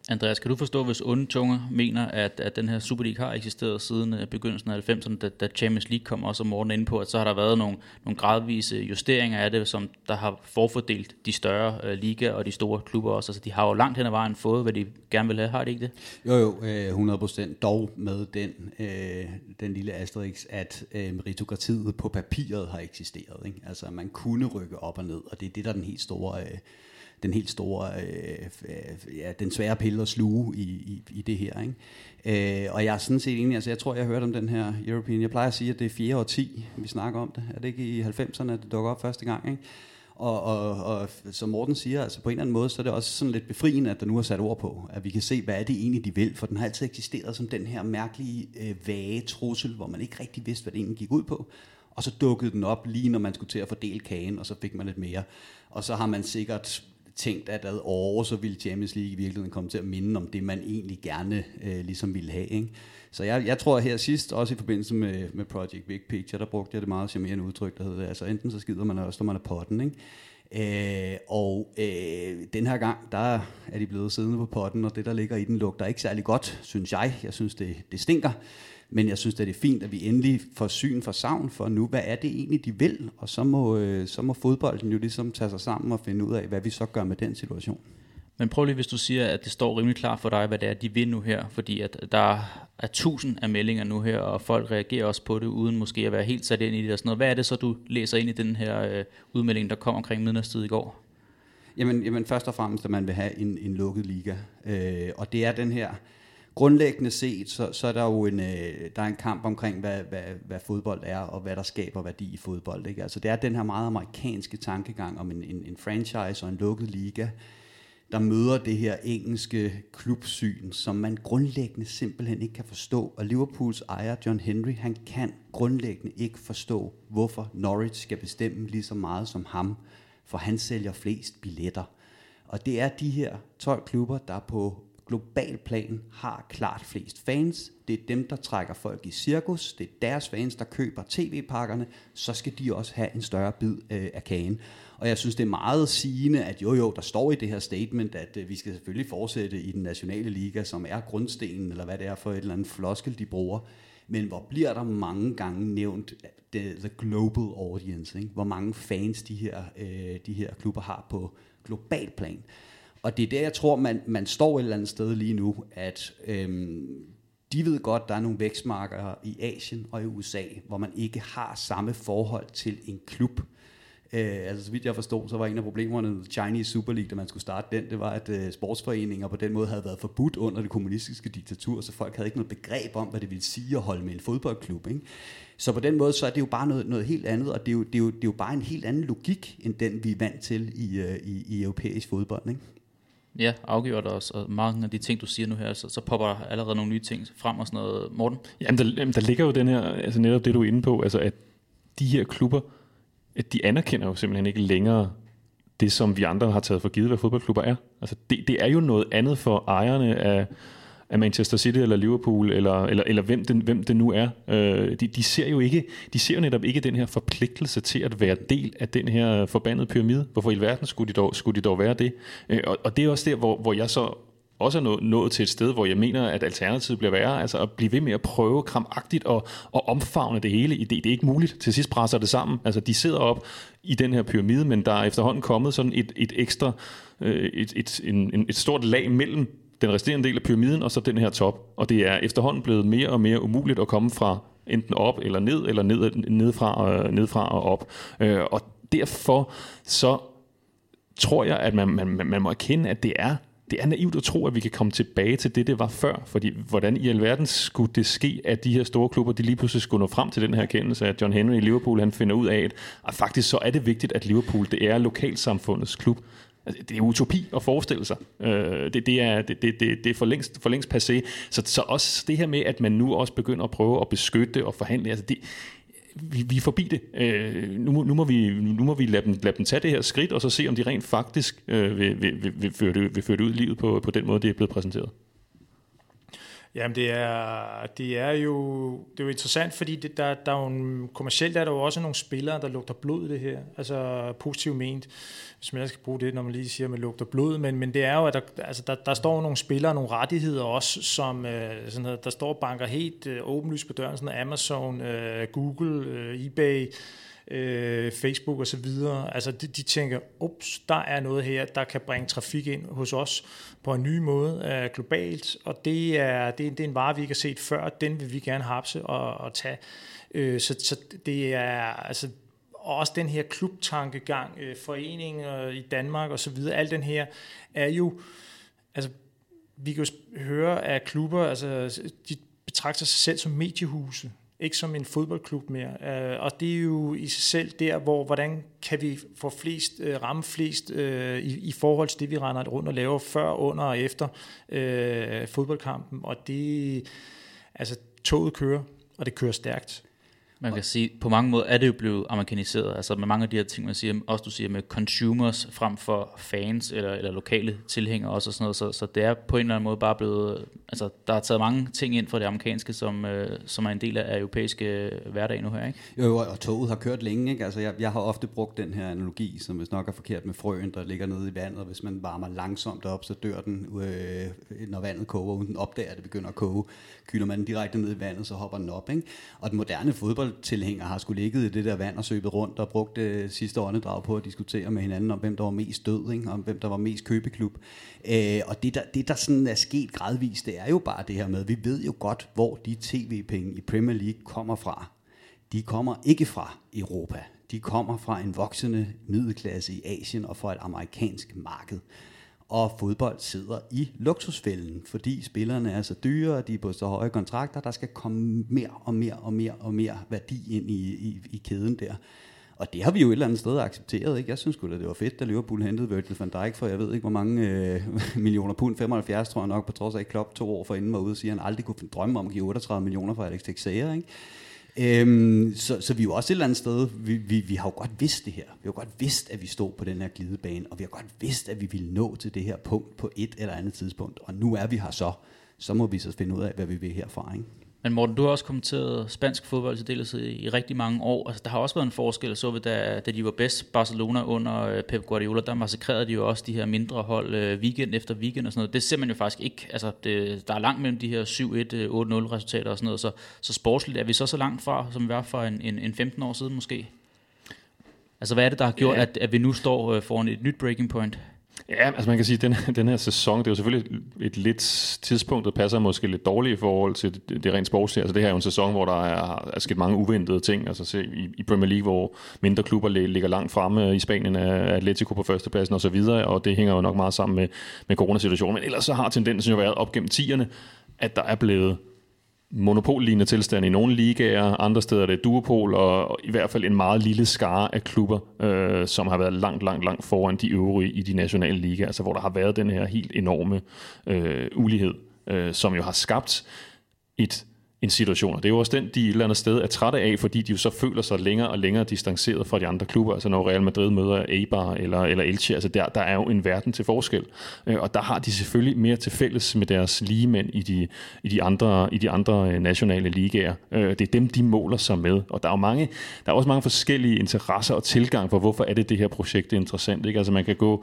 Andreas, kan du forstå, hvis onde tunger mener, at, at den her Super League har eksisteret siden uh, begyndelsen af halvfemserne, da, da Champions League kom, også om morgenen inde på, at så har der været nogle, nogle gradvise justeringer af det, som der har forfordelt de større uh, ligaer og de store klubber også. Altså, de har jo langt hen ad vejen fået, hvad de gerne vil have, har de ikke det? Jo jo, hundrede procent, dog med den, øh, den lille asterisk, at øh, meritokratiet på papiret har eksisteret. Ikke? Altså, man kunne rykke op og ned, og det er det, der er den helt store... Øh, den helt store, øh, ja, den svære pille at sluge i, i, i det her, ikke? Øh, og jeg er sådan set enig, altså jeg tror, jeg har hørt om den her European, jeg plejer at sige, at det er fjerde årti, vi snakker om det, er det ikke i halvfemserne, at det dukker op første gang, ikke? Og, og, og som Morten siger, altså på en eller anden måde, så er det også sådan lidt befriende, at der nu er sat ord på, at vi kan se, hvad er det egentlig, de vil, for den har altid eksisteret som den her mærkelige, øh, vage trussel, hvor man ikke rigtig vidste, hvad det egentlig gik ud på, og så dukkede den op lige, når man skulle til at fordele kagen, og så fik man lidt mere, og så har man sikkert tænkt, at ad år, så ville Champions League i virkeligheden komme til at minde om det, man egentlig gerne øh, ligesom ville have. Ikke? Så jeg, jeg tror her sidst, også i forbindelse med, med Project Big Picture, der brugte jeg det meget charmerende udtryk, der hedder, altså enten så skider man, eller også man er potten. Ikke? Øh, og øh, den her gang, der er de blevet siddende på potten, og det, der ligger i den, lugter ikke særlig godt, synes jeg. Jeg synes, det, det stinker. Men jeg synes, det er fint, at vi endelig får syn for savn for nu, hvad er det egentlig, de vil? Og så må, øh, så må fodbolden jo ligesom tage sig sammen og finde ud af, hvad vi så gør med den situation. Men prøv lige, hvis du siger, at det står rimelig klart for dig, hvad det er, de vil nu her, fordi at der er tusind af meldinger nu her, og folk reagerer også på det, uden måske at være helt sat ind i det og sådan noget. Hvad er det så, du læser ind i den her øh, udmelding, der kom omkring midnatstid i går? Jamen, jamen først og fremmest, at man vil have en, en lukket liga. Øh, og det er den her... Grundlæggende set, så, så er der jo en, øh, der er en kamp omkring, hvad, hvad, hvad fodbold er, og hvad der skaber værdi i fodbold. Ikke? Altså, det er den her meget amerikanske tankegang om en, en, en franchise og en lukket liga, der møder det her engelske klubsyn, som man grundlæggende simpelthen ikke kan forstå. Og Liverpools ejer, John Henry, han kan grundlæggende ikke forstå, hvorfor Norwich skal bestemme lige så meget som ham, for han sælger flest billetter. Og det er de her tolv klubber, der på global plan har klart flest fans. Det er dem, der trækker folk i cirkus. Det er deres fans, der køber tv-pakkerne. Så skal de også have en større bid øh, af kagen. Og jeg synes, det er meget sigende, at jo jo, der står i det her statement, at øh, vi skal selvfølgelig fortsætte i den nationale liga, som er grundstenen, eller hvad det er for et eller andet floskel, de bruger. Men hvor bliver der mange gange nævnt the, the global audience, ikke? Hvor mange fans de her, øh, de her klubber har på global plan. Og det er der, jeg tror, man, man står et eller andet sted lige nu, at øhm, de ved godt, der er nogle vækstmarkeder i Asien og i U S A, hvor man ikke har samme forhold til en klub. Øh, altså, så vidt jeg forstod, så var en af problemerne med Chinese Super League, da man skulle starte den, det var, at øh, sportsforeninger på den måde havde været forbudt under det kommunistiske diktatur, så folk havde ikke noget begreb om, hvad det ville sige at holde med en fodboldklub, ikke? Så på den måde, så er det jo bare noget, noget helt andet, og det er, jo, det, er jo, det er jo bare en helt anden logik, end den vi er vant til i, øh, i, i europæisk fodbold, ikke? Ja, afgjort også, og mange af de ting, du siger nu her, så, så popper der allerede nogle nye ting frem og sådan noget. Morten? Jamen, der, jamen, der ligger jo den her, altså netop det, du er inde på, altså at de her klubber, at de anerkender jo simpelthen ikke længere det, som vi andre har taget for givet, hvad fodboldklubber er. Altså det, det er jo noget andet for ejerne af, af Manchester City eller Liverpool, eller, eller, eller hvem, det, hvem det nu er. Øh, de, de, ser jo ikke, de ser jo netop ikke den her forpligtelse til at være del af den her forbandede pyramide. Hvorfor i alverden skulle de dog, skulle de dog være det? Øh, og, og det er også der, hvor, hvor jeg så også er nået, nået til et sted, hvor jeg mener, at alternativet bliver værre, altså at blive ved med at prøve kramagtigt og, og omfavne det hele. Det, det er ikke muligt. Til sidst presser det sammen. Altså de sidder op i den her pyramide, men der er efterhånden kommet sådan et, et ekstra, øh, et, et, en, et stort lag mellem den resterende del af pyramiden og så den her top. Og det er efterhånden blevet mere og mere umuligt at komme fra enten op eller ned, eller ned, nedfra, og, nedfra og op. Øh, og derfor så tror jeg, at man, man, man må erkende, at det er Det er naivt at tro, at vi kan komme tilbage til det, det var før. Fordi hvordan i alverden skulle det ske, at de her store klubber, de lige pludselig skulle nå frem til den her erkendelse, at John Henry i Liverpool, han finder ud af, at, at faktisk så er det vigtigt, at Liverpool, det er lokalsamfundets klub. Altså, det er utopi at forestille sig. Øh, det, det, er, det, det, det er for længst, for længst passé. Så, så også det her med, at man nu også begynder at prøve at beskytte og forhandle, altså det... Vi, vi er forbi det. Øh, nu, nu, må vi, nu må vi lade dem, lade dem tage det her skridt, og så se, om de rent faktisk øh, vil, vil, vil, vil, føre det, vil føre det ud i livet på, på den måde, det er blevet præsenteret. Jamen det er, det er jo det er jo interessant, fordi det, der, der er jo en, kommercielt er der jo også nogle spillere, der lugter blod i det her, altså positivt ment, hvis man skal bruge det, når man lige siger, at man lugter blod, men, men det er jo, at der, altså der, der står nogle spillere, nogle rettigheder også, som øh, sådan noget, der står og banker helt øh, åbenlyst på døren, sådan Amazon, øh, Google, øh, eBay, Øh, Facebook og så videre, altså de, de tænker, ups, der er noget her, der kan bringe trafik ind hos os på en ny måde, øh, globalt, og det er, det, er, det er en vare, vi ikke har set før, den vil vi gerne hapse og, og tage, øh, så, så det er altså også den her klubtankegang, øh, foreninger i Danmark og så videre, alt den her er jo, altså vi kan jo høre af klubber, altså de betragter sig selv som mediehuse, ikke som en fodboldklub mere. Uh, og det er jo i sig selv der, hvor hvordan kan vi få flest, uh, ramme flest uh, i, i forhold til det, vi render rundt og laver før, under og efter uh, fodboldkampen. Og det, altså toget kører, og det kører stærkt. Man kan sige, på mange måder er det jo blevet amerikaniseret, altså med mange af de her ting, man siger, også du siger med consumers frem for fans eller, eller lokale tilhængere også og sådan noget, så, så det er på en eller anden måde bare blevet, altså der er taget mange ting ind fra det amerikanske, som, øh, som er en del af europæiske hverdag nu her, ikke? Jo, og toget har kørt længe, ikke? Altså jeg, jeg har ofte brugt den her analogi, som hvis nok er forkert med frøen, der ligger nede i vandet, og hvis man varmer langsomt op, så dør den, øh, når vandet koger, uden den opdager, at det begynder at koge. Kyler man den direkte ned i vandet, så hopper den op, ikke? Og den moderne fodboldtilhænger har skulle ligget i det der vand og søbet rundt og brugt det sidste åndedrag på at diskutere med hinanden om, hvem der var mest død, ikke? Om hvem der var mest købeklub. Øh, og det der, det, der sådan er sket gradvist, det er jo bare det her med, vi ved jo godt, hvor de tv-penge i Premier League kommer fra. De kommer ikke fra Europa. De kommer fra en voksende middelklasse i Asien og fra et amerikansk marked. Og fodbold sidder i luksusfælden, fordi spillerne er så dyre, og de er på så høje kontrakter, der skal komme mere og mere og mere og mere værdi ind i, i, i kæden der. Og det har vi jo et eller andet sted accepteret, ikke? Jeg synes sgu da, det var fedt, da Liverpool hentede Virgil van Dijk for jeg ved ikke hvor mange øh, millioner pund, femoghalvfjerds tror jeg nok, på trods af Klopp to år forinden var ude og sige, at han aldrig kunne drømme om at give otteogtredive millioner for Alex Teixeira, ikke? Øhm, så, så vi er jo også et eller andet sted, vi, vi, vi har jo godt vidst det her, vi har godt vidst, at vi stod på den her glidebane, og vi har godt vidst, at vi ville nå til det her punkt på et eller andet tidspunkt, og nu er vi her så, så må vi så finde ud af, hvad vi vil herfra, ikke? Men Morten, du har også kommenteret spansk fodbold til dels i, i rigtig mange år. Altså, der har også været en forskel, så vi, da, da de var bedst, Barcelona under Pep Guardiola, der massakrerede de jo også de her mindre hold øh, weekend efter weekend og sådan noget. Det ser man jo faktisk ikke. Altså, det, der er langt mellem de her syv et, otte nul resultater og sådan noget, så, så sportsligt er vi så så langt fra, som vi var for en, en, en femten år siden måske. Altså, hvad er det, der har gjort, ja. at, at vi nu står øh, foran et nyt breaking point? Ja, altså man kan sige, at den, den her sæson, det er jo selvfølgelig et lidt tidspunkt, der passer måske lidt dårligt i forhold til det, det rent sportslige. Altså det her er jo en sæson, hvor der er, er sket mange uventede ting. Altså se, i, i Premier League, hvor mindre klubber ligger langt fremme. I Spanien er Atletico på førstepladsen og så videre, og det hænger jo nok meget sammen med, med coronasituationen. Men ellers så har tendensen jo været op gennem tierne, at der er blevet monopollignende tilstand i nogle ligaer, andre steder er det duopol, og i hvert fald en meget lille skare af klubber, øh, som har været langt, langt, langt foran de øvrige i de nationale ligaer, altså hvor der har været den her helt enorme øh, ulighed, øh, som jo har skabt et en situation. Og det er jo også den, de et eller andet sted er trætte af, fordi de jo så føler sig længere og længere distanceret fra de andre klubber. Altså når Real Madrid møder Eibar eller, eller Elche, altså der, der er jo en verden til forskel. Og der har de selvfølgelig mere til fælles med deres ligemænd i de, i de, andre, i de andre nationale ligaer. Det er dem, de måler sig med. Og der er jo mange, der er også mange forskellige interesser og tilgang for, hvorfor er det det her projekt er interessant. Ikke? Altså man kan gå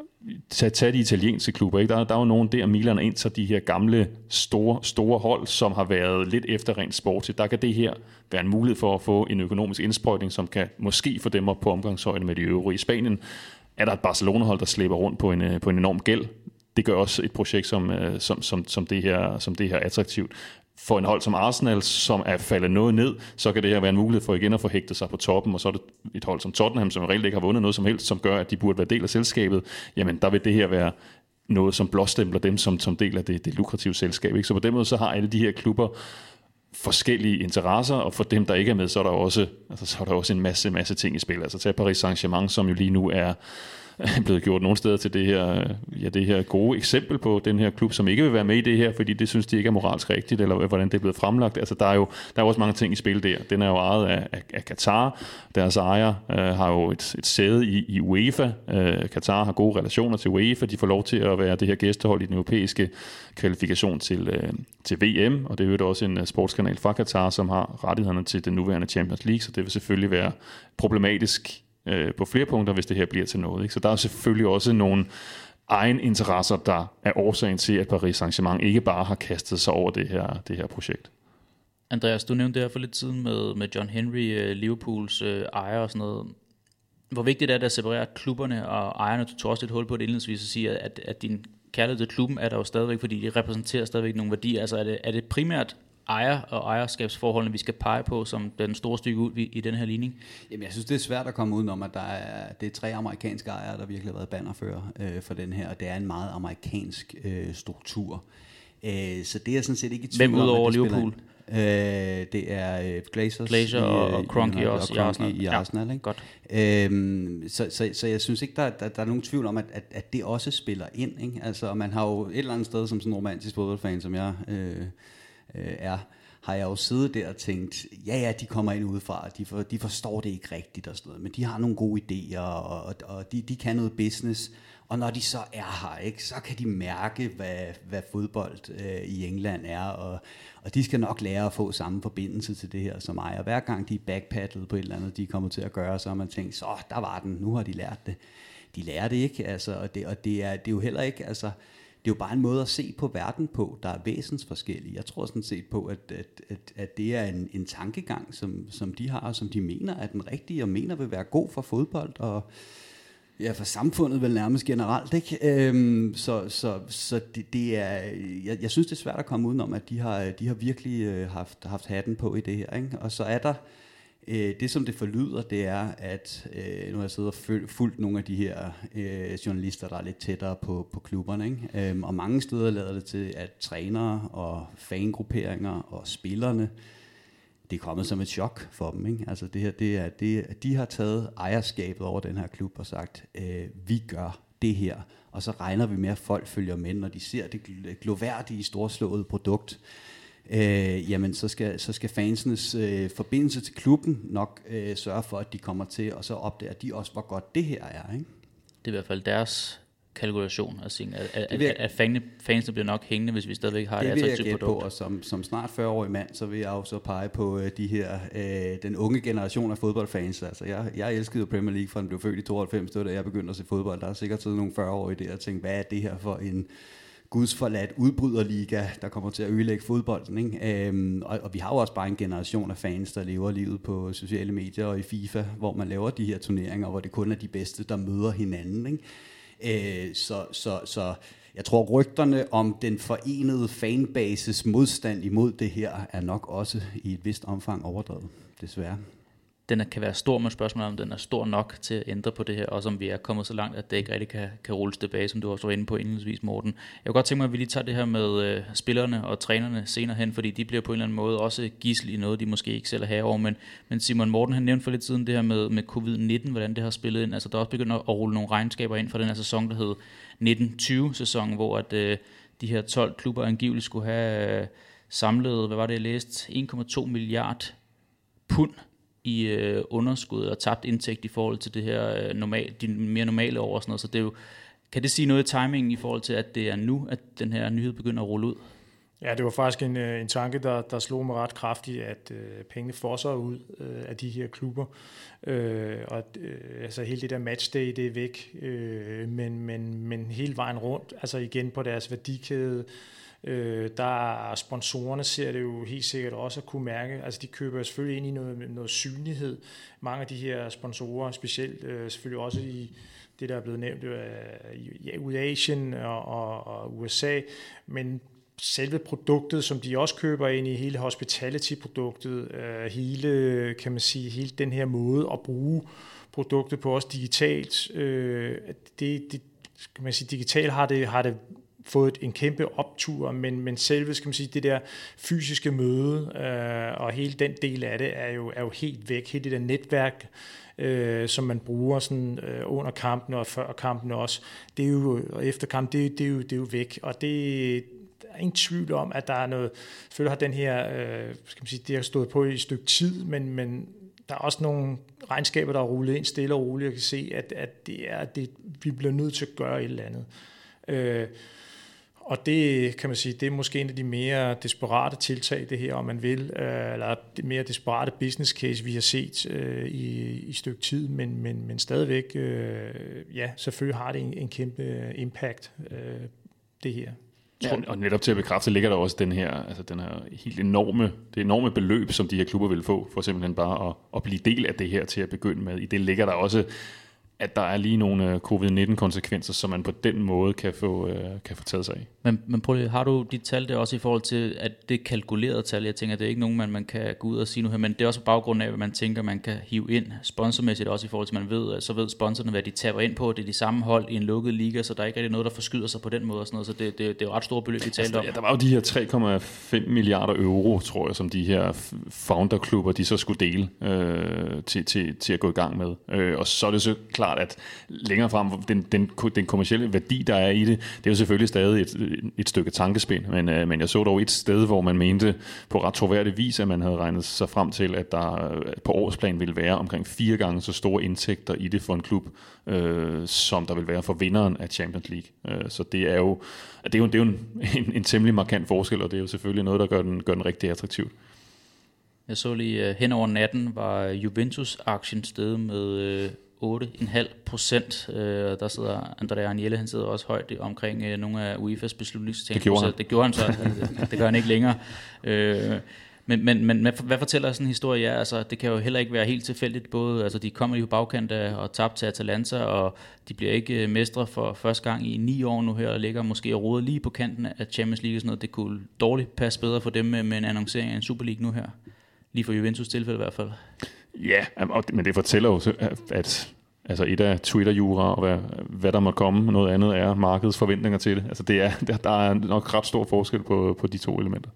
Tag, tag de italienske klubber, ikke? Der, der er jo nogen der, Milan og Inter, de her gamle, store, store hold, som har været lidt efter rent sport. Der kan det her være en mulighed for at få en økonomisk indsprøjtning, som kan måske få dem op på omgangshøjde med de øvrige. I Spanien er der et Barcelona-hold, der slæber rundt på en, på en enorm gæld. Det gør også et projekt som, som, som, som, det her, som det her attraktivt. For en hold som Arsenal, som er faldet noget ned, så kan det her være en mulighed for igen at få hægtet sig på toppen, og så er det et hold som Tottenham, som reelt ikke har vundet noget som helst, som gør, at de burde være del af selskabet. Jamen, der vil det her være noget, som blåstempler dem som, som del af det, det lukrative selskab. Ikke? Så på den måde, så har alle de her klubber forskellige interesser, og for dem, der ikke er med, så er der også, altså, så er der også en masse, masse ting i spil. Altså tag Paris Saint-Germain, som jo lige nu er er blevet gjort nogle steder til det her, ja, det her gode eksempel på den her klub, som ikke vil være med i det her, fordi det synes de ikke er moralsk rigtigt, eller hvordan det er blevet fremlagt. Altså, der er jo der er også mange ting i spil der. Den er jo ejet af, af, af Qatar. Deres ejer øh, har jo et, et sæde i, i UEFA. Øh, Qatar har gode relationer til UEFA. De får lov til at være det her gæstehold i den europæiske kvalifikation til, øh, til V M, og det er jo også en uh, sportskanal fra Qatar, som har rettighederne til den nuværende Champions League, så det vil selvfølgelig være problematisk øh, på flere punkter, hvis det her bliver til noget. Ikke? Så der er selvfølgelig også nogle egen interesser, der er årsagen til, at Paris Saint-Germain ikke bare har kastet sig over det her, det her projekt. Andreas, du nævnte det her for lidt siden med, med John Henry, Liverpools øh, ejer og sådan noget. Hvor vigtigt er det at separere klubberne og ejerne? Du tog også lidt hul på det indledningsvis og sige, at, at din kærlighed til klubben er der jo stadigvæk, fordi de repræsenterer stadigvæk nogle værdier. Altså er det, er det primært ejer- og ejerskabsforholdene, vi skal pege på som den store stykke ud i, i den her ligning? Jamen, jeg synes, det er svært at komme udenom, at der er, det er tre amerikanske ejere, der virkelig har været bannerfører øh, for den her, og det er en meget amerikansk øh, struktur. Øh, så det er sådan set ikke i tvivl om, hvem ud over at Liverpool? Øh, det er øh, Glazers Glazer og, og Kroenke også og i Arsenal. I Arsenal ja, ikke? Godt. Øhm, så, så, så jeg synes ikke, der, der, der er nogen tvivl om, at, at, at det også spiller ind. Ikke? Altså, man har jo et eller andet sted, som sådan en romantisk fodboldfan, som jeg øh, øh, er, har jeg jo siddet der og tænkt, ja ja, de kommer ind udefra, de, for, de forstår det ikke rigtigt og sådan noget, men de har nogle gode idéer, og, og, og de, de kan noget business. Og når de så er her, ikke, så kan de mærke, hvad, hvad fodbold øh, i England er, og, og de skal nok lære at få samme forbindelse til det her som mig. Og hver gang de er backpaddlet på et eller andet, de kommer til at gøre, så har man tænkt, så der var den, nu har de lært det. De lærer det ikke, altså, og, det, og det, er, det er jo heller ikke, altså, det er jo bare en måde at se på verden på, der er væsensforskellige. Jeg tror sådan set på, at, at, at, at det er en, en tankegang, som, som de har, og som de mener er den rigtige, og mener vil være god for fodbold, og ja, for samfundet vel nærmest generelt, ikke? Øhm, så så, så det, det er, jeg, jeg synes det er svært at komme udenom, at de har, de har virkelig øh, haft, haft hatten på i det her, ikke? Og så er der, øh, det som det forlyder, det er, at øh, nu har jeg siddet og føl, fulgt nogle af de her øh, journalister, der er lidt tættere på, på klubberne, ikke? Øhm, og mange steder lader det til, at trænere og fangrupperinger og spillerne, det er kommet som et chok for dem, ikke? Altså det her, det er, det, de har taget ejerskabet over den her klub og sagt, øh, vi gør det her, og så regner vi med, at folk følger med, når de ser det gloværdige, storslåede produkt. Øh, jamen så skal, så skal fansenes øh, forbindelse til klubben nok øh, sørge for, at de kommer til, og så opdager de også, hvor godt det her er, ikke? Det er i hvert fald deres kalkulation, altså, at, at, at, at fansene, fansene bliver nok hængende, hvis vi stadigvæk har et attraktivt produkt. Det vil jeg gætte på, og som, som snart fyrre-årig mand, så vil jeg jo så pege på uh, de her, uh, den unge generation af fodboldfans. Altså, jeg, jeg elskede Premier League, fra den blev født i tooghalvfems, det var da jeg begyndte at se fodbold. Der er sikkert siddet nogle fyrre-årige der og tænkt, hvad er det her for en gudsforladt udbryderliga, der kommer til at ødelægge fodbolden, ikke? Um, og, og vi har jo også bare en generation af fans, der lever livet på sociale medier og i FIFA, hvor man laver de her turneringer, hvor det kun er de bedste, der møder hinanden, ikke? Øh, så, så, så jeg tror, rygterne om den forenede fanbases modstand imod det her er nok også i et vist omfang overdrevet, desværre. Den kan være stor, men spørgsmålet om den er stor nok til at ændre på det her, også om vi er kommet så langt, at det ikke rigtig kan, kan rulles tilbage, som du også var inde på indledningsvis, Morten. Jeg kunne godt tænke mig, at vi lige tager det her med øh, spillerne og trænerne senere hen, fordi de bliver på en eller anden måde også gidsel i noget, de måske ikke selv er herover. Men, men Simon Morten, han nævnte for lidt siden det her med, med covid nitten, hvordan det har spillet ind. Altså der er også begyndt at rulle nogle regnskaber ind for den her sæson, der hed nitten tyve-sæsonen, hvor at, øh, de her tolv klubber angiveligt skulle have øh, samlet, hvad var det jeg læste, en komma to milliard pund i øh, underskud og tabt indtægt i forhold til det her øh, normal, de mere normale år og sådan noget. Så det er jo, kan det sige noget i timingen i forhold til, at det er nu, at den her nyhed begynder at rulle ud? Ja, det var faktisk en, en tanke, der, der slog mig ret kraftigt, at øh, pengene fosser ud øh, af de her klubber. Øh, og øh, altså hele det der matchday, det er væk, øh, men, men, men hele vejen rundt, altså igen på deres værdikæde, Øh, der sponsorerne ser det jo helt sikkert også at kunne mærke, altså de køber selvfølgelig ind i noget, noget synlighed. Mange af de her sponsorer, specielt øh, selvfølgelig også i det, der er blevet nævnt øh, i U Asien og, og, og U S A, men selve produktet, som de også køber ind i, hele hospitality-produktet, øh, hele, kan man sige, hele den her måde at bruge produktet på, også digitalt, øh, det, det, kan man sige, digitalt har det, har det fået en kæmpe optur, men, men selve, skal man sige, det der fysiske møde øh, og hele den del af det er jo, er jo helt væk. Hele det der netværk, øh, som man bruger sådan, øh, under kampen og før kampen også, det er jo, og efter kampen, det, det, er jo, det er jo væk. Og det der er ingen tvivl om, at der er noget, selvfølgelig har den her, øh, skal man sige, det har stået på i et stykke tid, men, men der er også nogle regnskaber, der er rullet ind stille og roligt, og kan se, at, at det er, det, vi bliver nødt til at gøre et eller andet. Øh, Og det kan man sige, det er måske en af de mere desperate tiltag, det her, om man vil, øh, eller det mere desperate business case, vi har set øh, i, i stykke tid, men, men, men stadigvæk, øh, ja, selvfølgelig har det en, en kæmpe impact, øh, det her. Ja, og netop til at bekræfte, ligger der også den her, altså den her helt enorme, det enorme beløb, som de her klubber vil få, for simpelthen bare at, at blive del af det her til at begynde med. I det ligger der også, at der er lige nogle covid nitten konsekvenser, som man på den måde kan få, øh, kan få taget sig af. Men, men prøv lige, har du de tal der også i forhold til, at det er kalkulerede tal? Jeg tænker, det er ikke nogen, man, man kan gå ud og sige nu her, men det er også på baggrund af, hvad man tænker, man kan hive ind sponsormæssigt, også i forhold til, man ved, så ved sponsorerne, hvad de taber ind på. Det er de samme hold i en lukket liga, så der er ikke rigtig noget, der forskyder sig på den måde og sådan noget, så det, det, det er jo ret store beløb, vi talte altså, om. Ja, der var jo de her tre komma fem milliarder euro, tror jeg, som de her founderklubber, de så skulle dele øh, til, til, til at gå i gang med. Øh, og så er det så klart, at længere frem, den, den, den kommercielle værdi, der er i det, det er jo selvfølgelig stadig et, et stykke tankespind, men, øh, men jeg så dog et sted, hvor man mente på ret troværdig vis, at man havde regnet sig frem til, at der på årsplan ville være omkring fire gange så store indtægter i det for en klub, øh, som der vil være for vinderen af Champions League. Øh, så det er jo, det er jo, det er jo en, en, en temmelig markant forskel, og det er jo selvfølgelig noget, der gør den, gør den rigtig attraktivt. Jeg så lige, uh, hen over natten var Juventus-aktien steget med Uh otte komma fem procent. Øh, der sidder Andrea Agnelli, han sidder også højt omkring øh, nogle af U E F A's beslutningstænkning. Det gjorde han. Det gjorde han så. det, det gør han ikke længere. Øh, men, men, men hvad fortæller sådan en historie? Ja, altså, det kan jo heller ikke være helt tilfældigt. Både, altså, de kommer lige på bagkant af og tabt til Atalanta, og de bliver ikke mestre for første gang i ni år nu her, og ligger måske og roder lige på kanten af Champions League og sådan noget. Det kunne dårligt passe bedre for dem med, med en annoncering af en Super League nu her. Lige for Juventus tilfælde i hvert fald. Ja, men det fortæller jo, at altså et af Twitter-jura, og hvad, hvad der må komme, noget andet er markedets forventninger til det. Altså det er, der, der er nok ret stor forskel på, på de to elementer.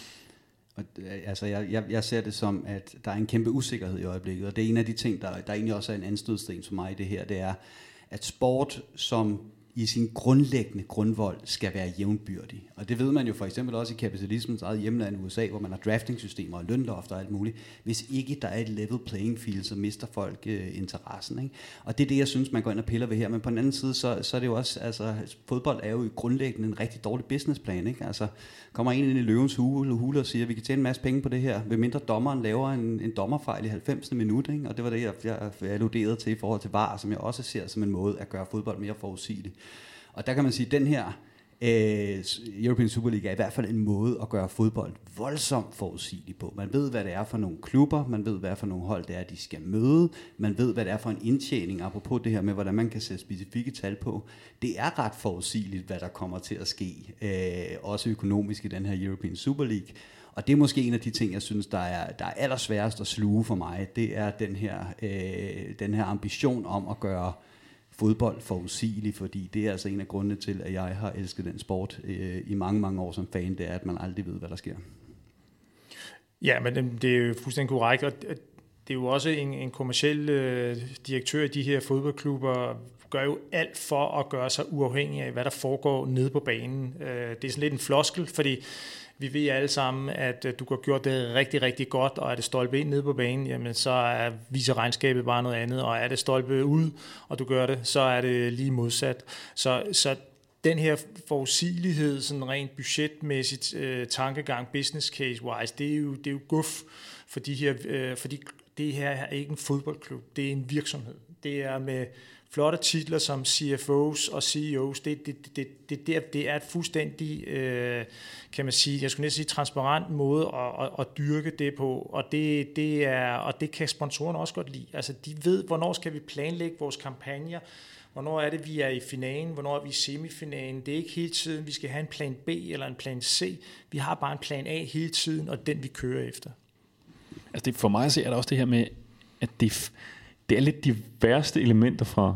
Og, altså jeg, jeg, jeg ser det som, at der er en kæmpe usikkerhed i øjeblikket, og det er en af de ting, der, der egentlig også er en anstødsten for mig i det her, det er, at sport som i sin grundlæggende grundvold skal være jævnbyrdig. Og det ved man jo for eksempel også i kapitalismens eget hjemland i U S A, hvor man har draftingsystemer og lønlofter og alt muligt. Hvis ikke der er et level playing field, så mister folk øh, interessen. Ikke? Og det er det, jeg synes, man går ind og piller ved her. Men på den anden side, så, så er det jo også, altså fodbold er jo i grundlæggende en rigtig dårlig businessplan. Ikke? Altså kommer en ind i løvens hule, hule og siger, at vi kan tjene en masse penge på det her, ved mindre dommeren laver en, en dommerfejl i halvfemsende minut. Ikke? Og det var det, jeg, jeg, jeg alluderede til i forhold til V A R, som jeg også ser som en måde at gøre fodbold mere forudsigeligt. Og der kan man sige, at den her øh, European Super League er i hvert fald en måde at gøre fodbold voldsomt forudsigelig på. Man ved, hvad det er for nogle klubber, man ved, hvad det er for nogle hold, det er, de skal møde, man ved, hvad det er for en indtjening, apropos det her med, hvordan man kan sætte specifikke tal på. Det er ret forudsigeligt, hvad der kommer til at ske, øh, også økonomisk i den her European Super League. Og det er måske en af de ting, jeg synes, der er, der er allersværest at sluge for mig. Det er den her, øh, den her ambition om at gøre fodbold forudsigelig, fordi det er altså en af grundene til, at jeg har elsket den sport øh, i mange, mange år som fan, det er, at man aldrig ved, hvad der sker. Ja, men det er jo fuldstændig korrekt, og det er jo også en, en kommerciel øh, direktør i de her fodboldklubber, gør jo alt for at gøre sig uafhængig af, hvad der foregår nede på banen. Øh, det er sådan lidt en floskel, fordi vi ved alle sammen, at du har gjort det rigtig, rigtig godt, og er det stolpe ind nede på banen, jamen så er, viser regnskabet bare noget andet, og er det stolpe ud, og du gør det, så er det lige modsat. Så, så den her forudsigelighed, sådan rent budgetmæssigt øh, tankegang, business case-wise, det er jo, det er jo guf, for de her, øh, fordi det her er ikke en fodboldklub, det er en virksomhed. Det er med flotte titler som C F O's og C E O's, det, det, det, det, det, det er et fuldstændig, øh, kan man sige, jeg skulle næsten sige, transparent måde at, at, at dyrke det på, og det, det er, og det kan sponsorerne også godt lide. Altså, de ved, hvornår skal vi planlægge vores kampagner, hvornår er det, vi er i finalen, hvornår er vi i semifinalen. Det er ikke hele tiden, vi skal have en plan B eller en plan C. Vi har bare en plan A hele tiden, og den vi kører efter. Altså, det, for mig så er der også det her med, at det, det er lidt de værste elementer fra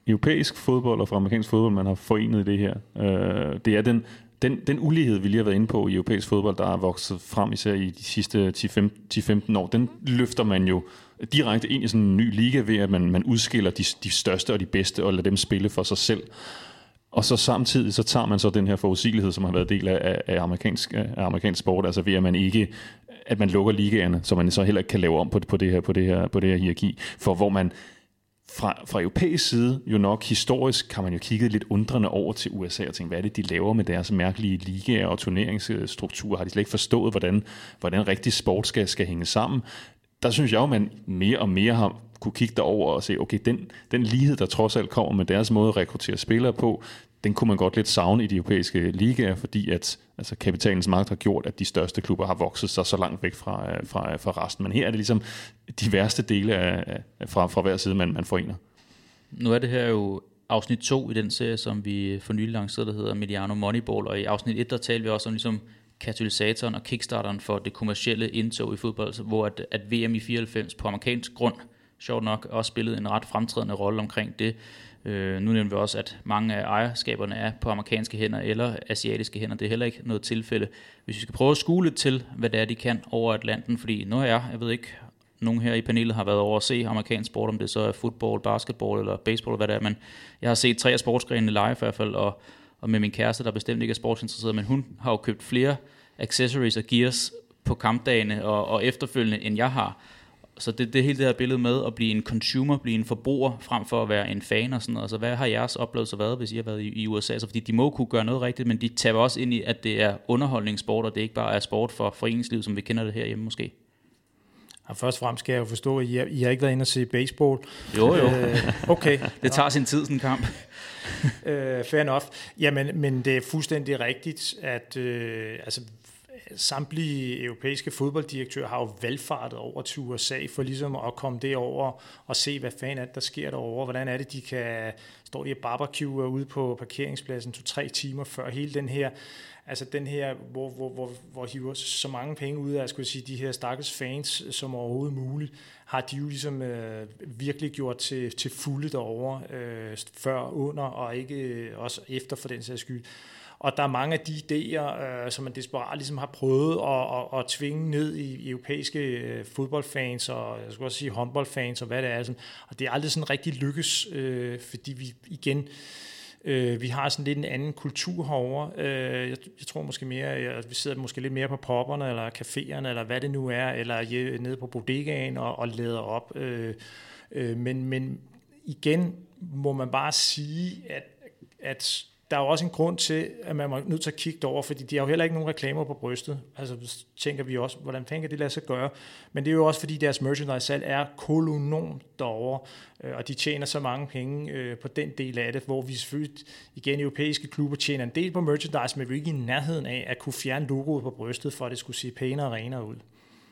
europæisk fodbold og fra amerikansk fodbold, man har forenet i det her. Øh, det er den, den, den ulighed, vi lige har været inde på i europæisk fodbold, der er vokset frem især i de sidste ti til femten år, den løfter man jo direkte ind i sådan en ny liga ved, at man, man udskiller de, de største og de bedste og lader dem spille for sig selv. Og så samtidig så tager man så den her forudsigelighed, som har været del af, af, amerikansk, af amerikansk sport, altså ved at man ikke at man lukker ligaerne, så man så heller ikke kan lave om på, på, det, her, på, det, her, på det her hierarki, for hvor man fra, fra europæisk side jo nok historisk kan man jo kigge lidt undrende over til U S A og tænke, hvad er det, de laver med deres mærkelige ligaer og turneringsstrukturer? Har de slet ikke forstået, hvordan, hvordan rigtig sport skal, skal hænge sammen? Der synes jeg jo, man mere og mere har kunne kigge derover og se, okay, den, den lighed, der trods alt kommer med deres måde at rekruttere spillere på, den kunne man godt lidt savne i de europæiske ligaer, fordi at altså, kapitalens magt har gjort, at de største klubber har vokset sig så langt væk fra, fra, fra resten. Men her er det ligesom de værste dele af, fra, fra hver side, man, man forener. Nu er det her jo afsnit to i den serie, som vi for nylig lancerede, der hedder Mediano Moneyball, og i afsnit et, der talte vi også om ligesom katalysatoren og kickstarteren for det kommercielle indtog i fodbold, hvor at, at V M i fireoghalvfems på amerikansk grund, sjovt nok, også spillede en ret fremtrædende rolle omkring det. Øh, nu nævner vi også, at mange af ejerskaberne er på amerikanske hænder eller asiatiske hænder. Det er heller ikke noget tilfælde. Hvis vi skal prøve at skue lidt til, hvad det er, de kan over Atlanten, fordi nu er jeg, jeg ved ikke, nogen her i panelet har været over at se amerikansk sport, om det så er fodbold, basketball eller baseball, hvad det er, men jeg har set tre af sportsgrenene live i hvert fald, og, og med min kæreste, der bestemt ikke er sportsinteresseret, men hun har jo købt flere accessories og gears på kampdagene og, og efterfølgende, end jeg har. Så det, det hele det her billede med at blive en consumer, blive en forbruger, frem for at være en fan og sådan noget. Altså, hvad har jeres oplevelse været, hvis I har været i, i U S A? Altså, fordi de må kunne gøre noget rigtigt, men de tager også ind i, at det er underholdningssport, og det ikke bare er sport for foreningslivet, som vi kender det herhjemme måske. Og først og fremmest skal jeg jo forstå, at I har, I har ikke været inde og se baseball. Jo, jo. Øh, okay. Det tager sin tid, sådan en kamp. øh, fair enough. Jamen, men det er fuldstændig rigtigt, at øh, altså, samtlige europæiske fodbolddirektører har jo valgfartet over til U S A for ligesom at komme derover og se, hvad fanden er det, der sker derovre. Hvordan er det, de kan stå de og barbecue ude på parkeringspladsen to-tre timer før hele den her, altså den her, hvor, hvor, hvor, hvor hiver så mange penge ud af, skulle jeg sige, de her stakkels fans som overhovedet muligt, har de jo ligesom øh, virkelig gjort til, til fulde derovre, øh, før, under og ikke øh, også efter for den sags skyld. Og der er mange af de idéer, øh, som man desperat ligesom har prøvet at, at, at tvinge ned i europæiske øh, fodboldfans, og jeg skulle også sige håndboldfans, og hvad det er. Sådan. Og det er aldrig sådan rigtig lykkes, øh, fordi vi igen, øh, vi har sådan lidt en anden kultur herovre. Øh, jeg, jeg tror måske mere, at vi sidder måske lidt mere på popperne, eller caféerne, eller hvad det nu er, eller nede på bodegaen og, og lader op. Øh, øh, men, men igen må man bare sige, at, at der er jo også en grund til, at man er nødt til at kigge over, fordi de har jo heller ikke nogen reklamer på brystet. Altså tænker vi også, hvordan fanden kan det lade sig gøre? Men det er jo også, fordi deres merchandise-salg er kolonormt derovre, og de tjener så mange penge på den del af det, hvor vi selvfølgelig igen europæiske klubber tjener en del på merchandise, men vi er ikke i nærheden af at kunne fjerne logoet på brystet, for at det skulle se pænere og renere ud.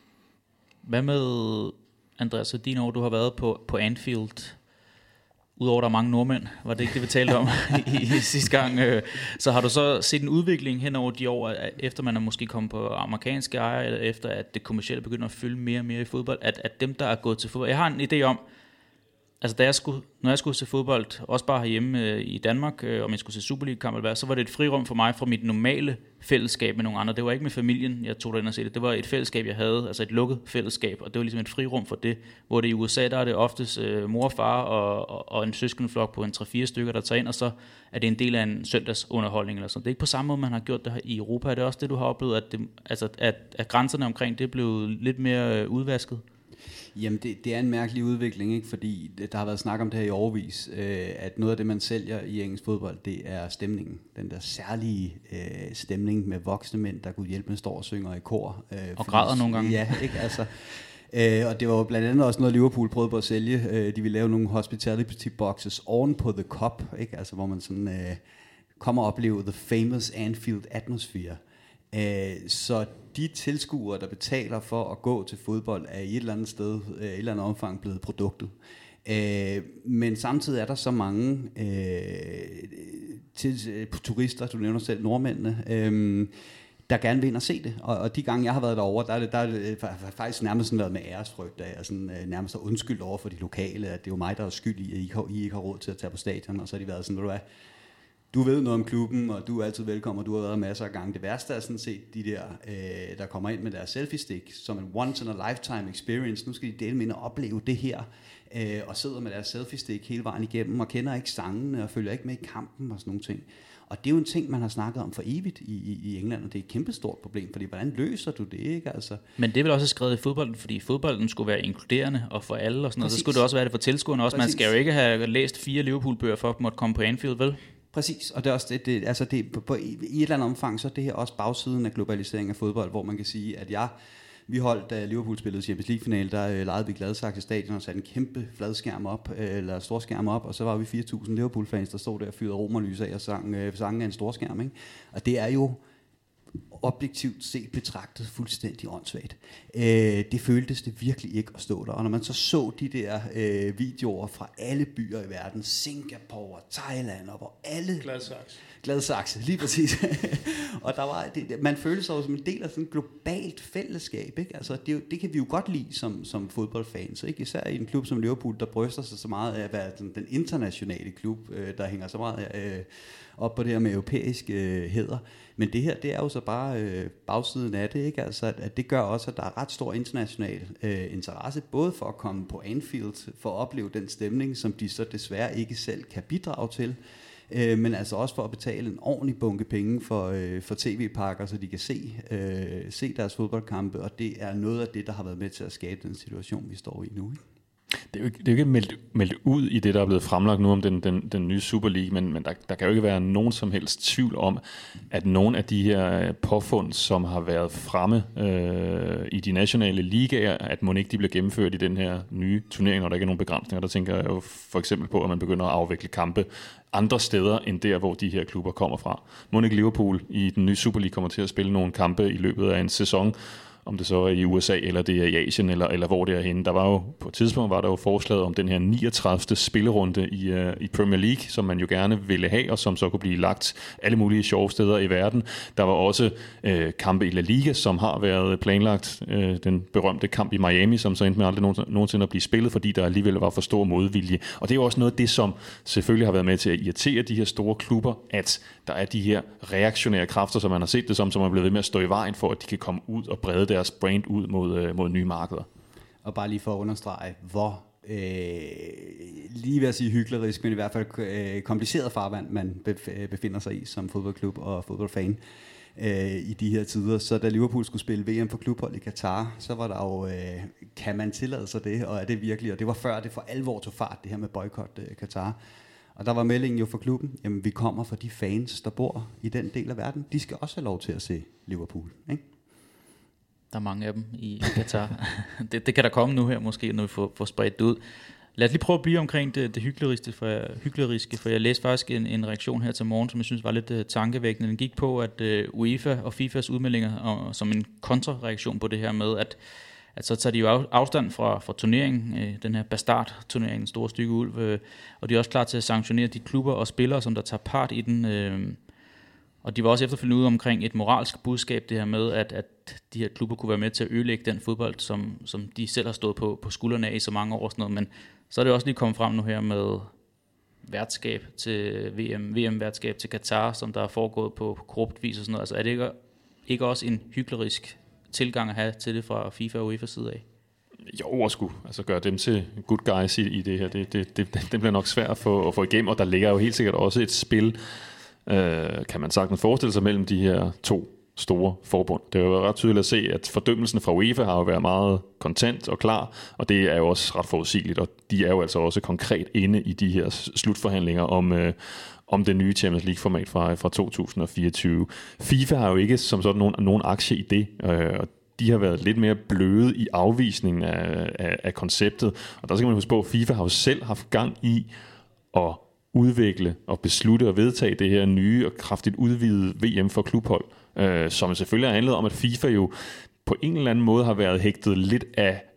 Hvad med, Andreas, så dine år, du har været på, på Anfield? Udover der er mange nordmænd, var det ikke det, vi talte om i, i sidste gang. Så har du så set en udvikling hen over de år, efter man er måske kommet på amerikanske ejere, eller efter at det kommercielle begynder at fylde mere og mere i fodbold, at, at dem, der er gået til fodbold... Jeg har en idé om, altså da jeg skulle, når jeg skulle se fodbold, også bare herhjemme i Danmark, om jeg skulle se Superliga-kamp eller hvad, så var det et frirum for mig fra mit normale fællesskab med nogle andre. Det var ikke med familien, jeg tog derind og se det. Det var et fællesskab, jeg havde, altså et lukket fællesskab, og det var ligesom et frirum for det. Hvor det i U S A, der er det oftest øh, mor og far og, og, og en søskenflok på en tre-fire stykker, der tager ind, og så er det en del af en søndagsunderholdning eller sådan. Det er ikke på samme måde, man har gjort det her i Europa. Er det også det, du har oplevet, at, det, altså, at, at grænserne omkring det blev lidt mere øh, udvasket? Jamen, det, det er en mærkelig udvikling, ikke? Fordi det, der har været snak om det her i årevis, øh, at noget af det, man sælger i engelsk fodbold, det er stemningen. Den der særlige øh, stemning med voksne mænd, der kunne hjælpe med står og synger i kor. Øh, og græder nogle gange. Ja, ikke? Altså, øh, og det var jo blandt andet også noget, Liverpool prøvede på at sælge. Øh, de ville lave nogle hospitality boxes oven på The Cup, ikke? Altså, hvor man sådan øh, kommer og oplever the famous Anfield atmosphere. Øh, så de tilskuere, der betaler for at gå til fodbold, er i et eller andet sted, i et eller andet omfang blevet produktet. Øh, men samtidig er der så mange øh, til, turister, du nævner selv nordmændene, øh, der gerne vil ind og se det. Og, og de gange, jeg har været derovre, der er det, der er det faktisk nærmest sådan været med æresfrygt, at jeg sådan, øh, nærmest har undskyldt over for de lokale, at det er jo mig, der er skyld i, at I, I ikke har råd til at tage på stadion, og så har de været sådan, ved du hvad, du ved noget om klubben, og du er altid velkommen, og du har været masser af gange. Det værste er sådan set de der, øh, der kommer ind med deres selfie-stick, som en once-in-a-lifetime experience. Nu skal de dele med at opleve det her, øh, og sidder med deres selfie-stick hele vejen igennem, og kender ikke sangene, og følger ikke med i kampen, og sådan nogle ting. Og det er jo en ting, man har snakket om for evigt i, i, i England, og det er et kæmpestort problem, fordi hvordan løser du det, ikke? Altså. Men det er vel også skrevet i fodbolden, fordi fodbolden skulle være inkluderende og for alle og sådan noget. Så skulle det også være det for tilskuerne også. Præcis. Man skal jo ikke have læst fire Liverpool-bøger for at måtte komme på Anfield, vel? Præcis, og det er også det, det altså det, på, på, i et eller andet omfang, så er det her også bagsiden af globalisering af fodbold, hvor man kan sige, at jeg, vi holdt, da Liverpool spillede Champions League-finale, der øh, lejede vi Gladsaxe Stadion og satte en kæmpe fladskærm op, øh, eller storskærm op, og så var vi fire tusind Liverpool-fans, der stod der og fyrede romerlys af og sang, øh, sang af en storskærm, ikke? Og det er jo objektivt set betragtet fuldstændig åndssvagt. Øh, det føltes det virkelig ikke at stå der. Og når man så så de der øh, videoer fra alle byer i verden, Singapore, Thailand, og hvor alle... Gladsaxe. Gladsaxe, lige præcis. Og der var, det, man følte sig som en del af sådan et globalt fællesskab. Ikke? Altså, det, det kan vi jo godt lide som, som fodboldfans. Ikke? Især i en klub som Liverpool, der bryster sig så meget af at være den, den internationale klub, øh, der hænger så meget øh, op på det her med europæisk øh, hæder. Men det her, det er jo så bare øh, bagsiden af det, ikke? Altså, at, at det gør også, at der er ret stor international øh, interesse, både for at komme på Anfield, for at opleve den stemning, som de så desværre ikke selv kan bidrage til, øh, men altså også for at betale en ordentlig bunke penge for, øh, for tv-pakker, så de kan se, øh, se deres fodboldkampe, og det er noget af det, der har været med til at skabe den situation, vi står i nu, ikke? Det er jo ikke, det er jo ikke meldt, meldt ud i det, der er blevet fremlagt nu om den, den, den nye Super League, men, men der, der kan jo ikke være nogen som helst tvivl om, at nogle af de her påfund, som har været fremme øh, i de nationale ligaer, at må ikke de bliver gennemført i den her nye turnering, når der ikke er nogen begrænsninger. Der tænker jeg jo for eksempel på, at man begynder at afvikle kampe andre steder end der, hvor de her klubber kommer fra. Må ikke Liverpool i den nye Super League kommer til at spille nogle kampe i løbet af en sæson, om det så er i U S A, eller det er i Asien, eller, eller hvor det er henne. Der var jo, på et tidspunkt var der jo forslaget om den her niogtredivte spillerunde i, uh, i Premier League, som man jo gerne ville have, og som så kunne blive lagt alle mulige sjove steder i verden. Der var også uh, kampe i La Liga, som har været planlagt. Uh, den berømte kamp i Miami, som så endte med aldrig nogensinde at blive spillet, fordi der alligevel var for stor modvilje. Og det er jo også noget af det, som selvfølgelig har været med til at irritere de her store klubber, at der er de her reaktionære kræfter, som man har set det som, som er blevet ved med at stå i vejen for, at de kan komme ud og brede deres brand ud mod, mod nye markeder. Og bare lige for at understrege, hvor øh, lige ved at sige hyklerisk, men i hvert fald øh, kompliceret farvand, man befinder sig i som fodboldklub og fodboldfan øh, i de her tider. Så da Liverpool skulle spille V M for klubhold i Katar, så var der jo, øh, kan man tillade sig det, og er det virkelig, og det var før det for alvor tog fart, det her med boykot øh, Katar. Og der var meldingen jo for klubben, jamen vi kommer fra de fans, der bor i den del af verden. De skal også have lov til at se Liverpool, ikke? Der er mange af dem i Katar. det, det kan der komme nu her måske, når vi får, får spredt det ud. Lad os lige prøve at blive omkring det, det hykleriske, for jeg, hykleriske, for jeg læste faktisk en, en reaktion her til morgen, som jeg synes var lidt uh, tankevækkende. Den gik på, at uh, UEFA og FIFAs udmeldinger, og, som en kontrareaktion på det her med, at at så tager de jo afstand fra, fra turneringen, øh, den her bastard-turnering, den store stykke ulv, øh, og de er også klar til at sanktionere de klubber og spillere, som der tager part i den. Øh, og de var også efterfølgende ude omkring et moralsk budskab, det her med, at, at de her klubber kunne være med til at ødelægge den fodbold, som, som de selv har stået på, på skuldrene af i så mange år. Sådan noget. Men så er det også lige kommet frem nu her med værtskab til V M, V M-værtskab til Katar, som der er foregået på korrupt vis og sådan noget. Altså er det ikke, ikke også en hyklerisk tilgang at have til det fra FIFA og UEFA's side af? Jo, og sgu, altså gøre dem til good guys i, i det her, det, det, det, det bliver nok svært at få, at få igennem, og der ligger jo helt sikkert også et spil, øh, kan man sagtens forestille sig, mellem de her to store forbund. Det har jo været ret tydeligt at se, at fordømmelsen fra UEFA har jo været meget kontant og klar, og det er jo også ret forudsigeligt, og de er jo altså også konkret inde i de her slutforhandlinger om, øh, om det nye Champions League-format fra, fra to tusind og fireogtyve. FIFA har jo ikke som sådan nogen, nogen aktie i det, øh, og de har været lidt mere bløde i afvisningen af, af, af konceptet, og der skal man huske på, at FIFA har jo selv haft gang i at udvikle og beslutte og vedtage det her nye og kraftigt udvidede V M for klubhold, øh, som selvfølgelig har handlet om, at FIFA jo på en eller anden måde har været hægtet lidt af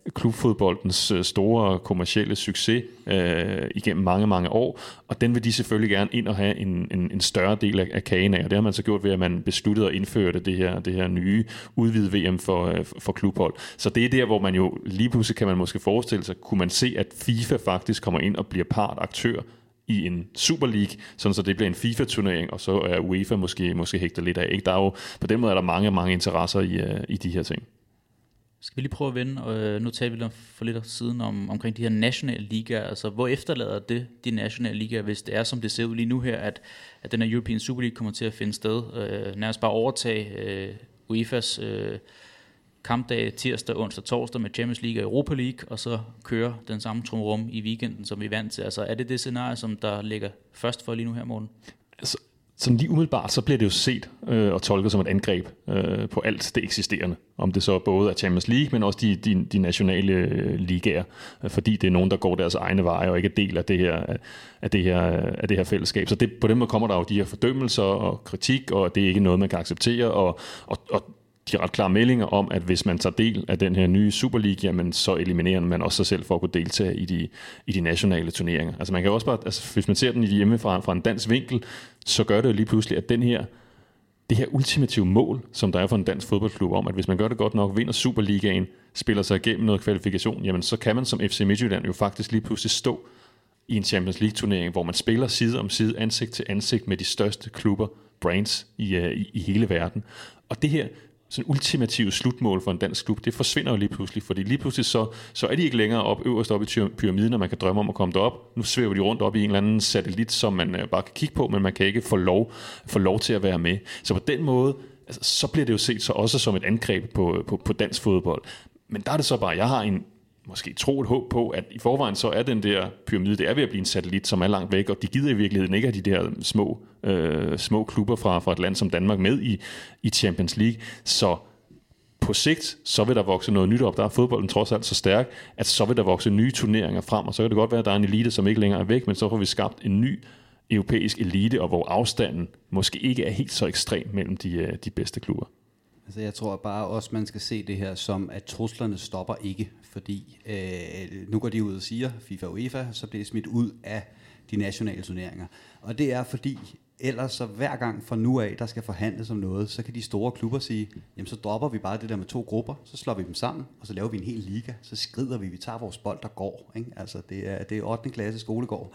klubfodboldens store kommercielle succes øh, igennem mange, mange år, og den vil de selvfølgelig gerne ind og have en, en, en større del af, af kagen af, og det har man så gjort ved, at man besluttede at indføre det, det, her, det her nye udvidede V M for, for klubhold. Så det er der, hvor man jo lige pludselig kan man måske forestille sig, kunne man se, at FIFA faktisk kommer ind og bliver part aktør i en Super League, sådan så det bliver en FIFA-turnering, og så er UEFA måske, måske hægter lidt af. Ikke? Der er jo, på den måde er der mange, mange interesser i, uh, i de her ting. Skal vi lige prøve at vende, og nu talte vi for lidt siden om, omkring de her nationale ligaer, altså hvor efterlader det de nationale ligaer, hvis det er som det ser ud lige nu her, at, at den her European Super League kommer til at finde sted, øh, nærmest bare overtage øh, U E F A's øh, kampdag tirsdag, onsdag, torsdag med Champions League og Europa League, og så kører den samme trumrum i weekenden, som vi er vant til. Altså er det det scenarie, som der ligger først for lige nu her, Morten? Altså, sådan lige umiddelbart, så bliver det jo set øh, og tolket som et angreb øh, på alt det eksisterende. Om det så både er Champions League, men også de, de, de nationale øh, ligaer, øh, fordi det er nogen, der går deres egne veje og ikke er del af det her, af det her, af det her fællesskab. Så det, på den måde kommer der jo de her fordømmelser og kritik, og det er ikke noget, man kan acceptere, og, og, og de ret klare meldinger om, at hvis man tager del af den her nye Super League, jamen så eliminerer man også sig selv for at kunne deltage i de, i de nationale turneringer. Altså man kan også bare, altså hvis man ser den hjemme fra, fra en dansk vinkel, så gør det jo lige pludselig, at den her, det her ultimative mål, som der er for en dansk fodboldklub om, at hvis man gør det godt nok, vinder Superligaen, spiller sig igennem noget kvalifikation, jamen så kan man som F C Midtjylland jo faktisk lige pludselig stå i en Champions League turnering, hvor man spiller side om side, ansigt til ansigt med de største klubber, brands i, i, i hele verden. Og det her sådan ultimative slutmål for en dansk klub, det forsvinder jo lige pludselig, fordi lige pludselig så, så er de ikke længere op, øverst op i pyramiden, og man kan drømme om at komme derop. Nu svæver de rundt op i en eller anden satellit, som man uh, bare kan kigge på, men man kan ikke få lov, få lov til at være med. Så på den måde, altså, så bliver det jo set så også som et angreb på, på, på dansk fodbold. Men der er det så bare, jeg har en måske tro et håb på, at i forvejen så er den der pyramide, det er ved at blive en satellit, som er langt væk, og de gider i virkeligheden ikke have de der små, øh, små klubber fra, fra et land som Danmark med i, i Champions League. Så på sigt, så vil der vokse noget nyt op. Der er fodbolden trods alt så stærk, at så vil der vokse nye turneringer frem, og så kan det godt være, at der er en elite, som ikke længere er væk, men så får vi skabt en ny europæisk elite, og hvor afstanden måske ikke er helt så ekstrem mellem de, de bedste klubber. Altså jeg tror bare også, man skal se det her som, at truslerne stopper ikke, fordi øh, nu går de ud og siger, FIFA og UEFA, så bliver det smidt ud af de nationale turneringer. Og det er fordi, ellers så hver gang fra nu af, der skal forhandles om noget, så kan de store klubber sige, jamen så dropper vi bare det der med to grupper, så slår vi dem sammen, og så laver vi en hel liga, så skrider vi, vi tager vores bold, der går. Ikke? Altså det er, det er ottende klasse skolegård.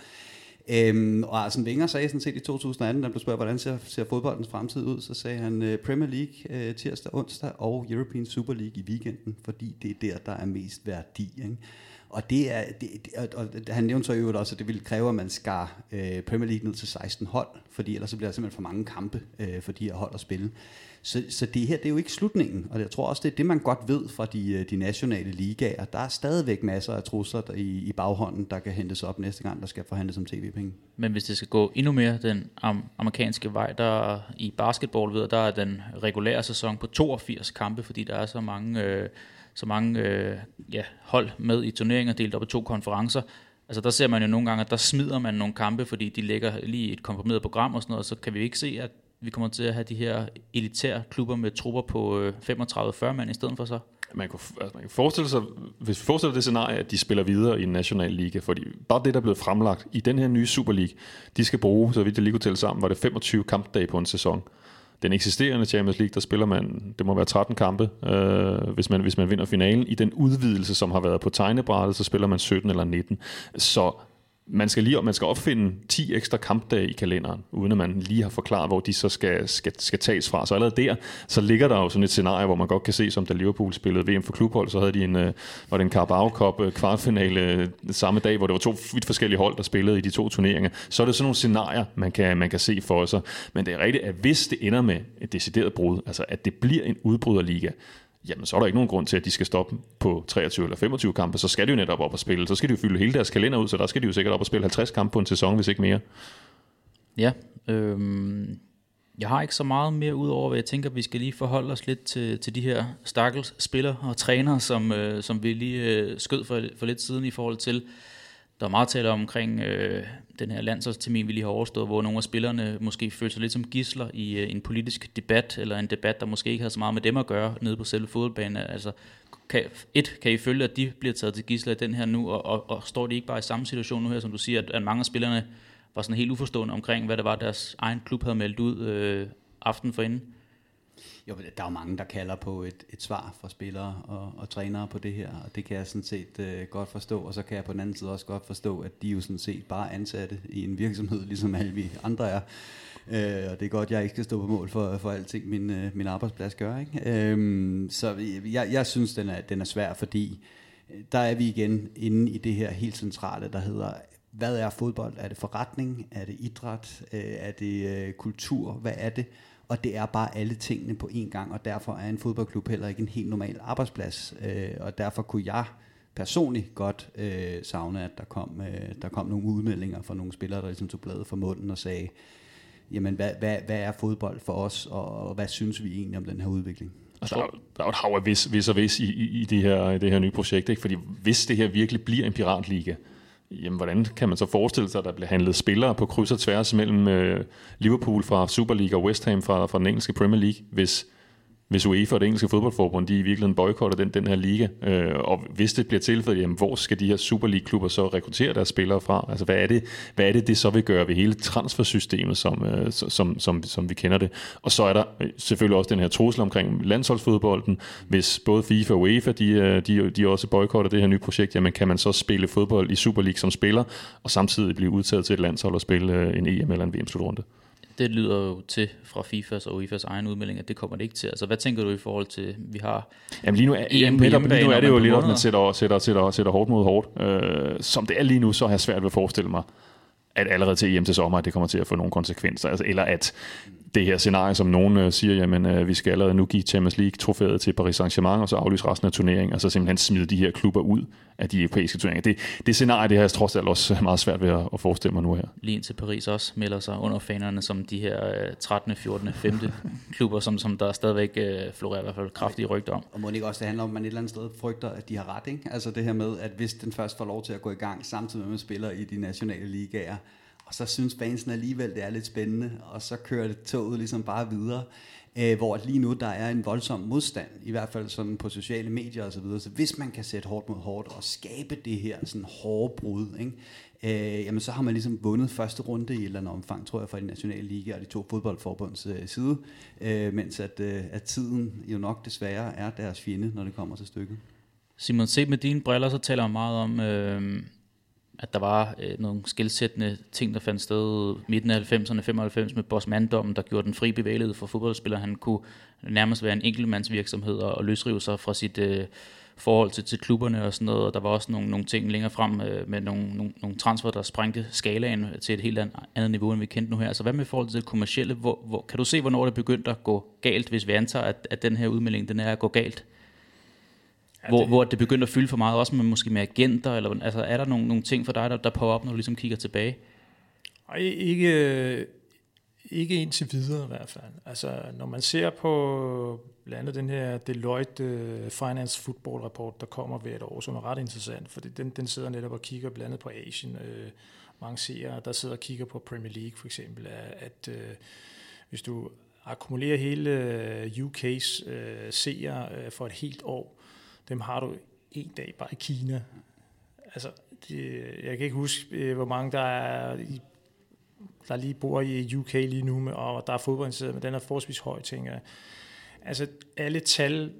Øhm, og Arsene Wenger sagde sådan set i to tusind atten, da han blev spurgt, hvordan ser, ser fodboldens fremtid ud, så sagde han uh, Premier League uh, tirsdag, onsdag og European Super League i weekenden, fordi det er der, der er mest værdi. Ikke? Og det er, det, og, og han nævnte så i øvrigt også, at det ville kræve, at man skar uh, Premier League ned til seksten hold, fordi ellers så bliver der simpelthen for mange kampe uh, for de her hold at spille. Så, så det her, det er jo ikke slutningen, og jeg tror også, det er det, man godt ved fra de, de nationale ligaer. Der er stadigvæk masser af trusler der i, i baghånden, der kan hentes op næste gang, der skal forhandles om tv-penge. Men hvis det skal gå endnu mere den am- amerikanske vej, der i basketball ved, der er den regulære sæson på toogfirs kampe, fordi der er så mange, øh, så mange øh, ja, hold med i turneringer, delt op i to konferencer. Altså der ser man jo nogle gange, at der smider man nogle kampe, fordi de ligger lige i et komprimeret program og sådan noget, så kan vi ikke se, at vi kommer til at have de her elitære klubber med trupper på femogtredive til fyrre mand i stedet for så. Man kan, altså man kan forestille sig, hvis vi forestiller det scenarie, at de spiller videre i en national liga, fordi bare det, der er blevet fremlagt i den her nye Super League, de skal bruge, så vidt jeg lige kunne tælle sammen, var det femogtyve kampdage på en sæson. Den eksisterende Champions League, der spiller man, det må være tretten kampe, øh, hvis, man, hvis man vinder finalen. I den udvidelse, som har været på tegnebrættet, så spiller man sytten eller nitten. Så man skal lige man skal opfinde ti ekstra kampdage i kalenderen, uden at man lige har forklaret, hvor de så skal, skal, skal tages fra. Så allerede der, så ligger der jo sådan et scenarie, hvor man godt kan se, som da Liverpool spillede V M for klubhold, så havde de en, var det en Carabao Cup kvartfinale samme dag, hvor det var to vidt forskellige hold, der spillede i de to turneringer. Så er det sådan nogle scenarier, man kan, man kan se for sig. Men det er rigtigt, at hvis det ender med et decideret brud, altså at det bliver en udbryderliga, jamen så er der ikke nogen grund til, at de skal stoppe på treogtyve eller femogtyve kampe, så skal de jo netop op og spille. Så skal de jo fylde hele deres kalender ud, så der skal de jo sikkert op og spille halvtreds kampe på en sæson, hvis ikke mere. Ja, øhm, jeg har ikke så meget mere ud over, hvad jeg tænker, vi skal lige forholde os lidt til, til de her stakkels spillere og trænere, som, øh, som vi lige øh, skød for, for lidt siden i forhold til. Der er meget tale omkring øh, den her landsholdstermin, vi lige har overstået, hvor nogle af spillerne måske føler sig lidt som gidsler i øh, en politisk debat, eller en debat, der måske ikke har så meget med dem at gøre, nede på selve fodboldbanen. Altså, kan, et, kan I følge, at de bliver taget til gidsler i den her nu, og, og, og står de ikke bare i samme situation nu her, som du siger, at, at mange af spillerne var sådan helt uforstående omkring, hvad det var, deres egen klub havde meldt ud øh, aften forinden? Jo, der er jo mange, der kalder på et, et svar fra spillere og, og trænere på det her, og det kan jeg sådan set øh, godt forstå, og så kan jeg på den anden side også godt forstå, at de jo sådan set bare ansatte i en virksomhed, ligesom alle vi andre er. Øh, og det er godt, jeg ikke skal stå på mål for, for alting, min, øh, min arbejdsplads gør, ikke? Øh, så jeg, jeg synes, den er, den er svær, fordi der er vi igen inde i det her helt centrale, der hedder, hvad er fodbold? Er det forretning? Er det idræt? Øh, er det øh, kultur? Hvad er det? Og det er bare alle tingene på én gang, og derfor er en fodboldklub heller ikke en helt normal arbejdsplads. Øh, og derfor kunne jeg personligt godt øh, savne, at der kom, øh, der kom nogle udmeldinger fra nogle spillere, der ligesom tog bladet fra munden og sagde, jamen hvad, hvad, hvad er fodbold for os, og hvad synes vi egentlig om den her udvikling? Altså, der, er, der er et hav af vis, vis og vis i, i, i, det her, i det her nye projekt, ikke? Fordi hvis det her virkelig bliver en piratliga, jamen, hvordan kan man så forestille sig, at der bliver handlet spillere på kryds og tværs mellem øh, Liverpool fra Super League og West Ham fra, fra den engelske Premier League, hvis, hvis UEFA og det engelske fodboldforbund, de i virkeligheden boykotter den, den her liga, øh, og hvis det bliver tilfældet, jamen, hvor skal de her Super League-klubber så rekruttere deres spillere fra? Altså, hvad er det, hvad er det, det så vil gøre ved hele transfersystemet, som, øh, som, som, som vi kender det? Og så er der selvfølgelig også den her trussel omkring landsholdsfodbolden. Hvis både FIFA og UEFA, de, de, de også boykotter det her nye projekt, jamen kan man så spille fodbold i Super League som spiller, og samtidig blive udtaget til et landshold og spille en E M eller en V M-slutrunde? Det lyder jo til fra FIFAs og UEFAs egen udmelding, at det kommer det ikke til. Altså, hvad tænker du i forhold til, vi har jamen, lige nu er, E M på hjemmebane, lige nu er det jo lidt, at man sætter, sætter, sætter, sætter hårdt mod hårdt. Øh, som det er lige nu, så har jeg svært ved at forestille mig, at allerede til E M til sommer, at det kommer til at få nogle konsekvenser. Altså, eller at det her scenarie, som nogen øh, siger, jamen øh, vi skal allerede nu give Champions League-trofæet til Paris Saint-Germain, og så aflyse resten af turneringen, og så simpelthen smide de her klubber ud af de europæiske turneringer. Det, det scenarie, det har jeg trods alt også meget svært ved at, at forestille mig nu her. Lige indtil Paris også melder sig under fanerne som de her øh, trettende, fjortende, femte klubber, som, som der stadigvæk øh, florerer i hvert fald kraftige rygter om. Og må det ikke også det handler om, at man et eller andet sted frygter, at de har ret, ikke? Altså det her med, at hvis den først får lov til at gå i gang, samtidig med at man spiller i de nationale ligaer, og så synes fansen alligevel, det er lidt spændende, og så kører det toget ligesom bare videre, øh, hvor lige nu der er en voldsom modstand, i hvert fald sådan på sociale medier og så videre. Så hvis man kan sætte hårdt mod hårdt og skabe det her sådan hårde brud, ikke? Øh, jamen så har man ligesom vundet første runde i et eller andet omfang, tror jeg, fra de nationale liga og de to fodboldforbunds øh, side, øh, mens at, øh, at tiden jo nok desværre er deres fjende, når det kommer til stykket. Simon, set med dine briller, så taler man meget om... Øh at der var øh, nogle skelsættende ting, der fandt sted midten af halvfemserne, femoghalvfems med Bosman-dommen, der gjorde den fri bevægelighed for fodboldspillere. Han kunne nærmest være en enkeltmandsvirksomhed og løsrive sig fra sit øh, forhold til, til klubberne og sådan noget. Og der var også nogle, nogle ting længere frem øh, med nogle, nogle, nogle transfer, der sprængte skalaen til et helt andet niveau, end vi kendte nu her. Så hvad med forhold til det kommercielle? Hvor, hvor, kan du se, hvornår det begyndte at gå galt, hvis vi antager, at, at den her udmelding den er at gå galt? Hvor, det, hvor det begynder at fylde for meget, også med måske med agenter, eller altså er der nogle, nogle ting for dig, der, der popper op, når du ligesom kigger tilbage? Ej, ikke, ikke indtil videre i hvert fald. Altså når man ser på blandt andet den her Deloitte Finance Football Report, der kommer hver et år, som er ret interessant, for den, den sidder netop og kigger blandt andet på Asien. Øh, mange seere, der sidder og kigger på Premier League for eksempel, at, at øh, hvis du akkumulerer hele U K's øh, seere øh, for et helt år, dem har du en dag bare i Kina. Altså, det, jeg kan ikke huske, hvor mange der er, der lige bor i U K lige nu, og der er fodboldinteresseret, men den er forholdsvis høj, tænker jeg. Altså, alle tal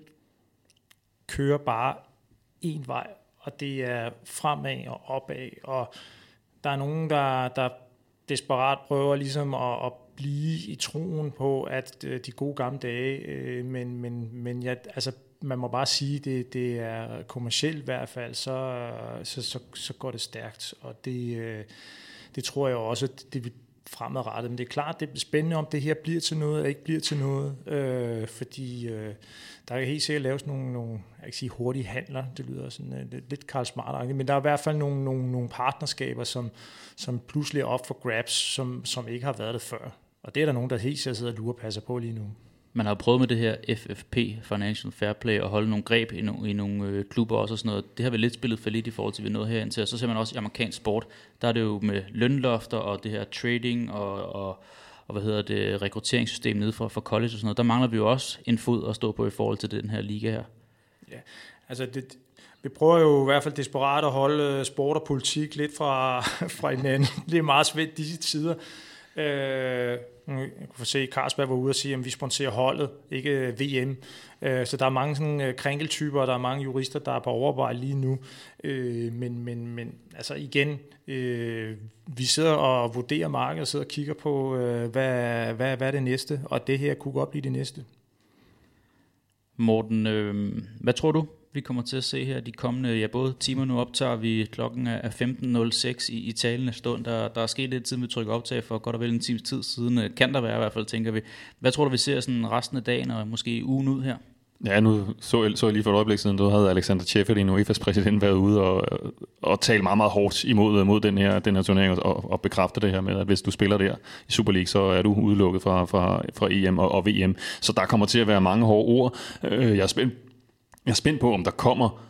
kører bare en vej, og det er fremad og opad, og der er nogen, der, der desperat prøver ligesom at, at blive i troen på, at de gode gamle dage, men, men, men jeg, altså, man må bare sige, at det, det er kommercielt i hvert fald, så, så, så, så går det stærkt. Og det, det tror jeg også, at det vil fremadrettet. Men det er klart, det er spændende, om det her bliver til noget, eller ikke bliver til noget. Øh, fordi øh, der kan helt sikkert laves nogle, nogle jeg kan sige, hurtige handler. Det lyder sådan uh, lidt Karl Smart-agtigt. Men der er i hvert fald nogle, nogle, nogle partnerskaber, som, som pludselig er op for grabs, som, som ikke har været det før. Og det er der nogen, der helt sikkert sidder og lurer passer på lige nu. Man har prøvet med det her F F P, Financial Fair Play, og holde nogle greb i, no, i nogle øh, klubber også og sådan noget. Det har vi lidt spillet for lidt i forhold til, vi nåede herind til. Og så ser man også i amerikansk sport, der er det jo med lønlofter og det her trading og, og, og hvad hedder det, rekrutteringssystem nede for, for college og sådan noget. Der mangler vi jo også en fod at stå på i forhold til den her liga her. Ja, Altså, det, vi prøver jo i hvert fald desperat at holde sport og politik lidt fra, fra hinanden. Det er meget svært disse tider. Øh, jeg kunne få se, at Carlsberg var ude og sige, at vi sponsorer holdet, ikke V M. Øh, så der er mange sådan krænkeltyper, og der er mange jurister, der er på overarbejde lige nu. Øh, men, men, men altså igen, øh, vi sidder og vurderer markedet og sidder og kigger på, øh, hvad, hvad, hvad er det næste, og det her kunne godt blive det næste. Morten, øh, hvad tror du, vi kommer til at se her de kommende, ja, både timer? Nu optager vi, klokken er femten nul seks i, i talende stund. Der, der er sket lidt siden vi trykker optag for godt og vel en times tid siden. Kan der være i hvert fald, tænker vi. Hvad tror du, vi ser sådan resten af dagen og måske ugen ud her? Ja, nu så jeg, så jeg lige for et øjeblik siden, der havde Alexander Ceferin, U E F A's præsident, været ude og, og tale meget, meget hårdt imod mod den her, den her turnering og, og bekræfte det her med, at hvis du spiller der i Super League, så er du udelukket fra, fra, fra E M og, og V M. Så der kommer til at være mange hårde ord. Jeg er spændt, jeg er spændt på, om der kommer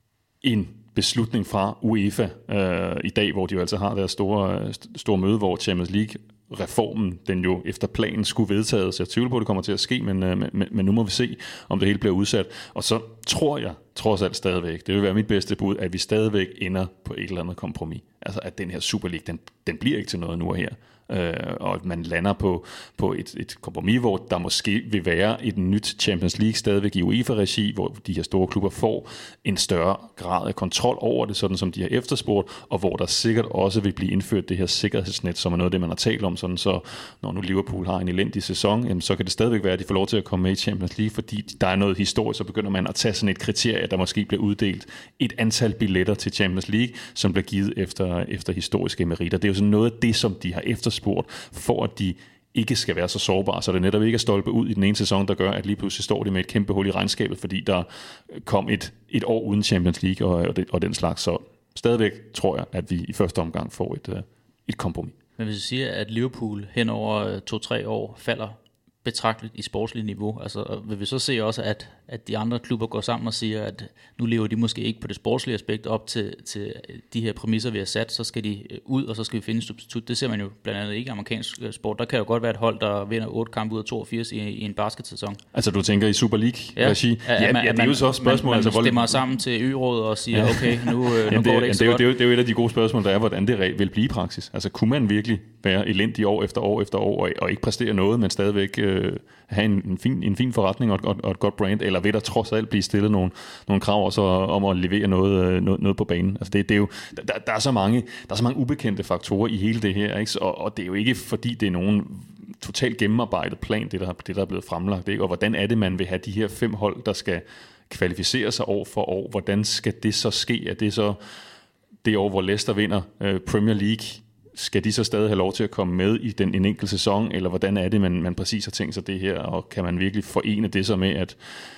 en beslutning fra UEFA øh, i dag, hvor de jo altså har deres store, store møde, hvor Champions League reformen, den jo efter planen skulle vedtages. Jeg tvivler på, at det kommer til at ske, men, men, men nu må vi se, om det hele bliver udsat. Og så tror jeg, trods alt stadigvæk, det vil være mit bedste bud, at vi stadigvæk ender på et eller andet kompromis. Altså, at den her Super League, den, den bliver ikke til noget nu og her. Øh, og at man lander på, på et, et kompromis, hvor der måske vil være et nyt Champions League stadigvæk i UEFA-regi, hvor de her store klubber får en større grad af kontrol over det, sådan som de har efterspurgt, og hvor der sikkert også vil blive indført det her sikkerhedsnet, som er noget af det, man har talt om, sådan så når nu Liverpool har en elendig sæson, jamen, så kan det stadigvæk være, at de får lov til at komme med i Champions League, fordi der er noget historisk, så begynder man at tage sådan et kriterie, at der måske bliver uddelt et antal billetter til Champions League, som bliver givet efter, efter historiske meritter. Det er jo sådan noget af det, som de har efterspurgt, for at de ikke skal være så sårbare, så det netop ikke er stolpe ud i den ene sæson, der gør, at lige pludselig står de med et kæmpe hul i regnskabet, fordi der kom et, et år uden Champions League og, og, det, og den slags. Så stadigvæk tror jeg, at vi i første omgang får et, et kompromis. Men hvis du siger, at Liverpool hen over to-tre år falder betragteligt i sportsligt niveau, altså vil vi så se også, at, at de andre klubber går sammen og siger, at nu lever de måske ikke på det sportslige aspekt op til, til de her præmisser, vi har sat, så skal de ud, og så skal vi finde en substitut. Det ser man jo blandt andet ikke i amerikansk sport. Der kan jo godt være et hold, der vinder otte kampe ud af toogfirs i, i en basketsæson. Altså du tænker i Super League-regi? Ja, ja, ja, man, ja, det er jo så spørgsmål. Man, man altså, stemmer sammen til ø-rådet og siger, okay, nu, nu jamen, går det ikke så det, godt. Det er, jo, det er jo et af de gode spørgsmål, der er, hvordan det vil blive i praksis. Altså kunne man virkelig være elendig år efter år efter år, og, og ikke præstere noget, men stadigvæk øh, have en, en, fin, en fin forretning og et, og et godt brand, eller vil der trods alt blive stillet nogle, nogle krav også om at levere noget, noget, noget på banen? Altså det, det er jo, der, der, er så mange, der er så mange ubekendte faktorer i hele det her, ikke? Og, og det er jo ikke fordi, det er nogen totalt gennemarbejdet plan, det der, det der er blevet fremlagt, ikke? Og hvordan er det, man vil have de her fem hold, der skal kvalificere sig år for år? Hvordan skal det så ske? Er det så det år, hvor Leicester vinder øh, Premier League? Skal de så stadig have lov til at komme med i den en enkelt sæson, eller hvordan er det, man, man præcis har tænkt sig det her, og kan man virkelig forene det så med, at,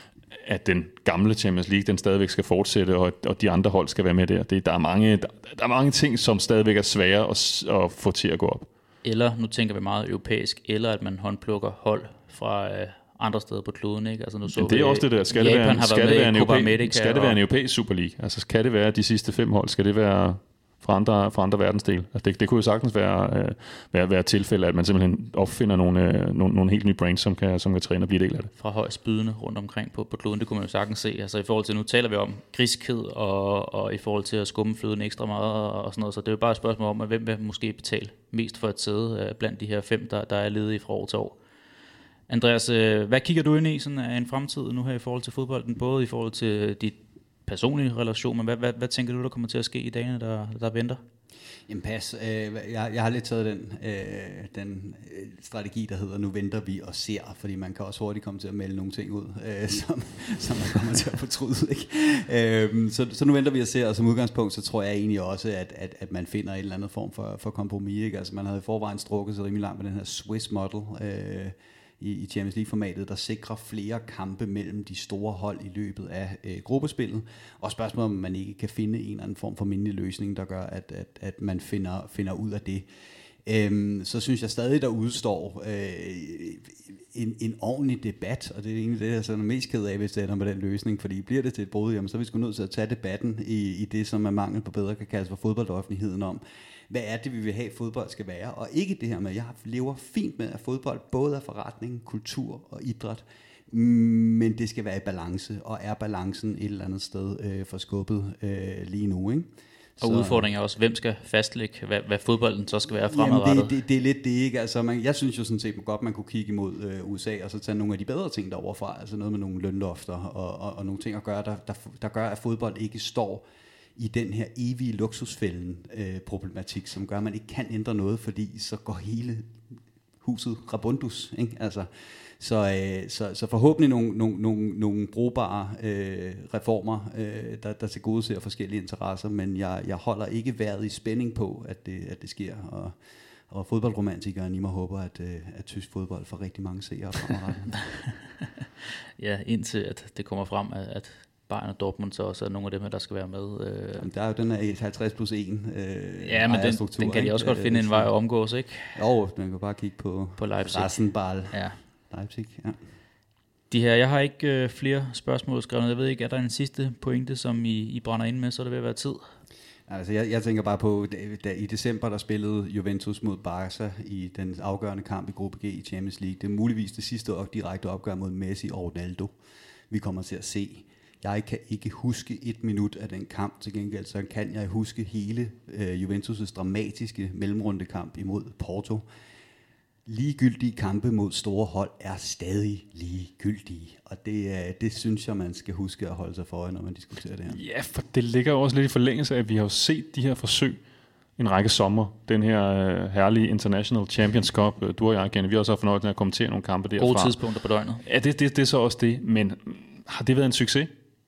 at den gamle Champions League, den stadigvæk skal fortsætte, og, og de andre hold skal være med der. Det, der, er mange, der, der er mange ting, som stadigvæk er svære at, at få til at gå op. Eller, nu tænker vi meget europæisk, eller at man håndplukker hold fra øh, andre steder på kloden, ikke? Altså, nu så det er også det der, skal det være, skal det være en, europæ- skal det være en europæisk Super League? Altså skal det være de sidste fem hold? Skal det være fra andre, fra andre verdensdele? Altså det, det kunne jo sagtens være, øh, være, være tilfælde, at man simpelthen opfinder nogle, øh, nogle, nogle helt nye brands, som kan, som kan træne og blive del af det. Fra højst bydende rundt omkring på, på kloden, det kunne man jo sagtens se. Altså i forhold til, nu taler vi om griskhed, og, og i forhold til at skumme fløden ekstra meget og sådan noget, så det er jo bare et spørgsmål om, at hvem vil måske betale mest for et sæde øh, blandt de her fem, der, der er ledige fra år til år. Andreas, øh, hvad kigger du ind i sådan af en fremtid nu her i forhold til fodbolden, både i forhold til dit personlige relation, men hvad, hvad, hvad tænker du, der kommer til at ske i dagene, der, der venter? Jamen pas, øh, jeg, jeg har lidt taget den, øh, den strategi, der hedder, nu venter vi og ser, fordi man kan også hurtigt komme til at melde nogle ting ud, øh, som, som man kommer til at fortryde. Ikke? Øh, så, så nu venter vi og ser, og som udgangspunkt, så tror jeg egentlig også, at, at, at man finder en eller anden form for, for kompromis. Ikke? Altså man havde i forvejen strukket sig rimelig langt med den her Swiss model, øh, i Champions League-formatet, der sikrer flere kampe mellem de store hold i løbet af øh, gruppespillet. Og spørgsmålet om man ikke kan finde en eller anden form for mindelig løsning, der gør, at, at, at man finder, finder ud af det. Øhm, så synes jeg stadig, der udstår øh, en, en ordentlig debat, og det er egentlig det, jeg er mest ked af, hvis det ender med den løsning, fordi bliver det til et brud, jamen, så er vi sgu nødt til at tage debatten i, i det, som er mangel på bedre kan kaldes for fodboldoffentligheden om, hvad er det, vi vil have, fodbold skal være, og ikke det her med, jeg lever fint med, at fodbold både er forretning, kultur og idræt, men det skal være i balance, og er balancen et eller andet sted øh, forskubbet øh, lige nu, ikke? Og så, udfordringen er også, hvem skal fastlægge, hvad, hvad fodbolden så skal være fremadrettet? Jamen det, det, det er lidt det, ikke? Altså, man, jeg synes jo sådan set godt, man kunne kigge imod øh, U S A, og så tage nogle af de bedre ting derovre fra, altså noget med nogle lønlofter, og, og, og nogle ting at gøre, der, der, der gør, at fodbold ikke står i den her evige luksusfælden øh, problematik, som gør, at man ikke kan ændre noget, fordi så går hele huset rabundus, ikke? Altså, så, øh, så, så forhåbentlig nogle, nogle, nogle, nogle brugbare øh, reformer, øh, der, der tilgodeser forskellige interesser, men jeg, jeg holder ikke vejret i spænding på, at det, at det sker, og, og fodboldromantikeren i mig håber, at, øh, at tysk fodbold får rigtig mange seere fremadrettet. Ja, indtil at det kommer frem, at, at Bayern og Dortmund så også er nogle af dem, der skal være med. Øh. Jamen, der er jo den her halvtreds plus en øh, ja, men den, den kan de også godt finde en vej at omgås, ikke? Jo, man kan bare kigge på, på Leipzig. Rasenball. Ja. Leipzig, ja. De her, jeg har ikke øh, flere spørgsmål skrevet. Jeg ved ikke, er der en sidste pointe, som I, I brænder ind med, så er det ved at være tid? Altså, jeg, jeg tænker bare på, da, i december, der spillede Juventus mod Barca i den afgørende kamp i Gruppe G i Champions League. Det er muligvis det sidste og direkte opgør mod Messi og Ronaldo, vi kommer til at se. Jeg kan ikke huske et minut af den kamp, til gengæld så kan jeg huske hele øh, Juventus' dramatiske mellemrundekamp imod Porto. Ligegyldige kampe mod store hold er stadig ligegyldige, og det, øh, det synes jeg, man skal huske at holde sig for, når man diskuterer det her. Ja, for det ligger også lidt i forlængelse af, at vi har jo set de her forsøg en række sommer. Den her øh, herlige International Champions Cup, øh, du og jeg, Kenny, vi har også haft fornøjelsen af at kommentere nogle kampe derfra. Gode tidspunkter på døgnet. Ja, det, det, det er så også det, men har det været en succes?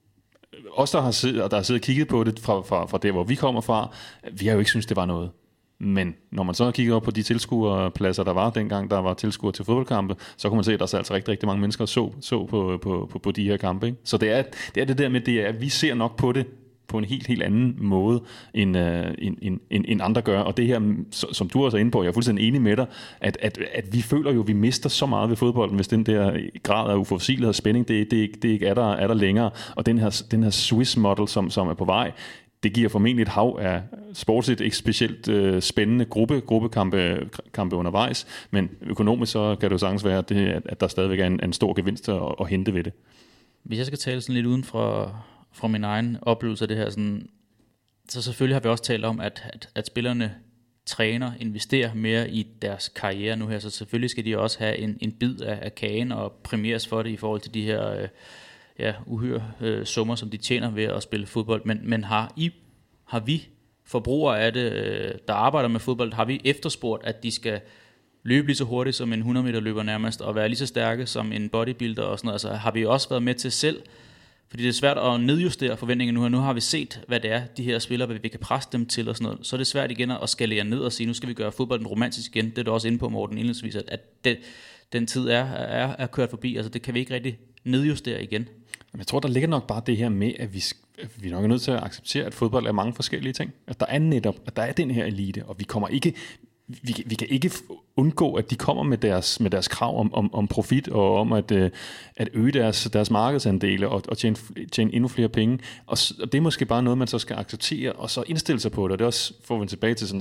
Os, der har siddet, der har siddet og kigget på det fra, fra, fra der, hvor vi kommer fra, vi har jo ikke synes det var noget. Men når man så har kigget op på de tilskuerpladser, der var dengang, der var tilskuere til fodboldkampe, så kunne man se, at der er altså rigtig, rigtig mange mennesker så, så på, på, på, på de her kampe. Ikke? Så det er, det er det der med, det er, at vi ser nok på det på en helt, helt anden måde, end, uh, end, end, end andre gør. Og det her, som du også er inde på, jeg er fuldstændig enig med dig, at, at, at vi føler jo, at vi mister så meget ved fodbolden, hvis den der grad af uforudsigelighed og spænding, det, det, det ikke er der, er der længere. Og den her, den her Swiss model, som, som er på vej, det giver formentlig et hav af sportsligt ikke specielt øh, spændende gruppe, gruppekampe kampe undervejs, men økonomisk så kan det jo sagtens være, at, det, at der stadigvæk er en, en stor gevinst at, at hente ved det. Hvis jeg skal tale sådan lidt uden fra, fra min egen oplevelse af det her, sådan, så selvfølgelig har vi også talt om, at, at, at spillerne træner, investerer mere i deres karriere nu her, så selvfølgelig skal de også have en, en bid af, af kagen og præmieres for det i forhold til de her øh, ja, uhyre øh, summer, som de tjener ved at spille fodbold. Men, men har, I, har vi forbrugere af det, øh, der arbejder med fodbold, har vi efterspurgt, at de skal løbe lige så hurtigt som en hundrede meter løber nærmest, og være lige så stærke som en bodybuilder og sådan noget? Altså, har vi også været med til selv? Fordi det er svært at nedjustere forventninger nu her. Nu har vi set, hvad det er, de her spillere, hvad vi kan presse dem til og sådan noget. Så er det svært igen at skalere ned og sige, nu skal vi gøre fodbolden romantisk igen. Det er du også inde på, Morten, indledningsvis, at det, den tid er, er, er kørt forbi. Altså, det kan vi ikke rigtig nedjustere igen. Jeg tror, der ligger nok bare det her med, at vi, vi er nok nødt til at acceptere, at fodbold er mange forskellige ting. At der er netop, at der er den her elite, og vi kommer ikke... Vi, vi kan ikke undgå, at de kommer med deres, med deres krav om, om, om profit og om at, øh, at øge deres, deres markedsandele og, og tjene, tjene endnu flere penge. Og, og det er måske bare noget, man så skal acceptere og så indstille sig på det. Og det er også, får vi tilbage til sådan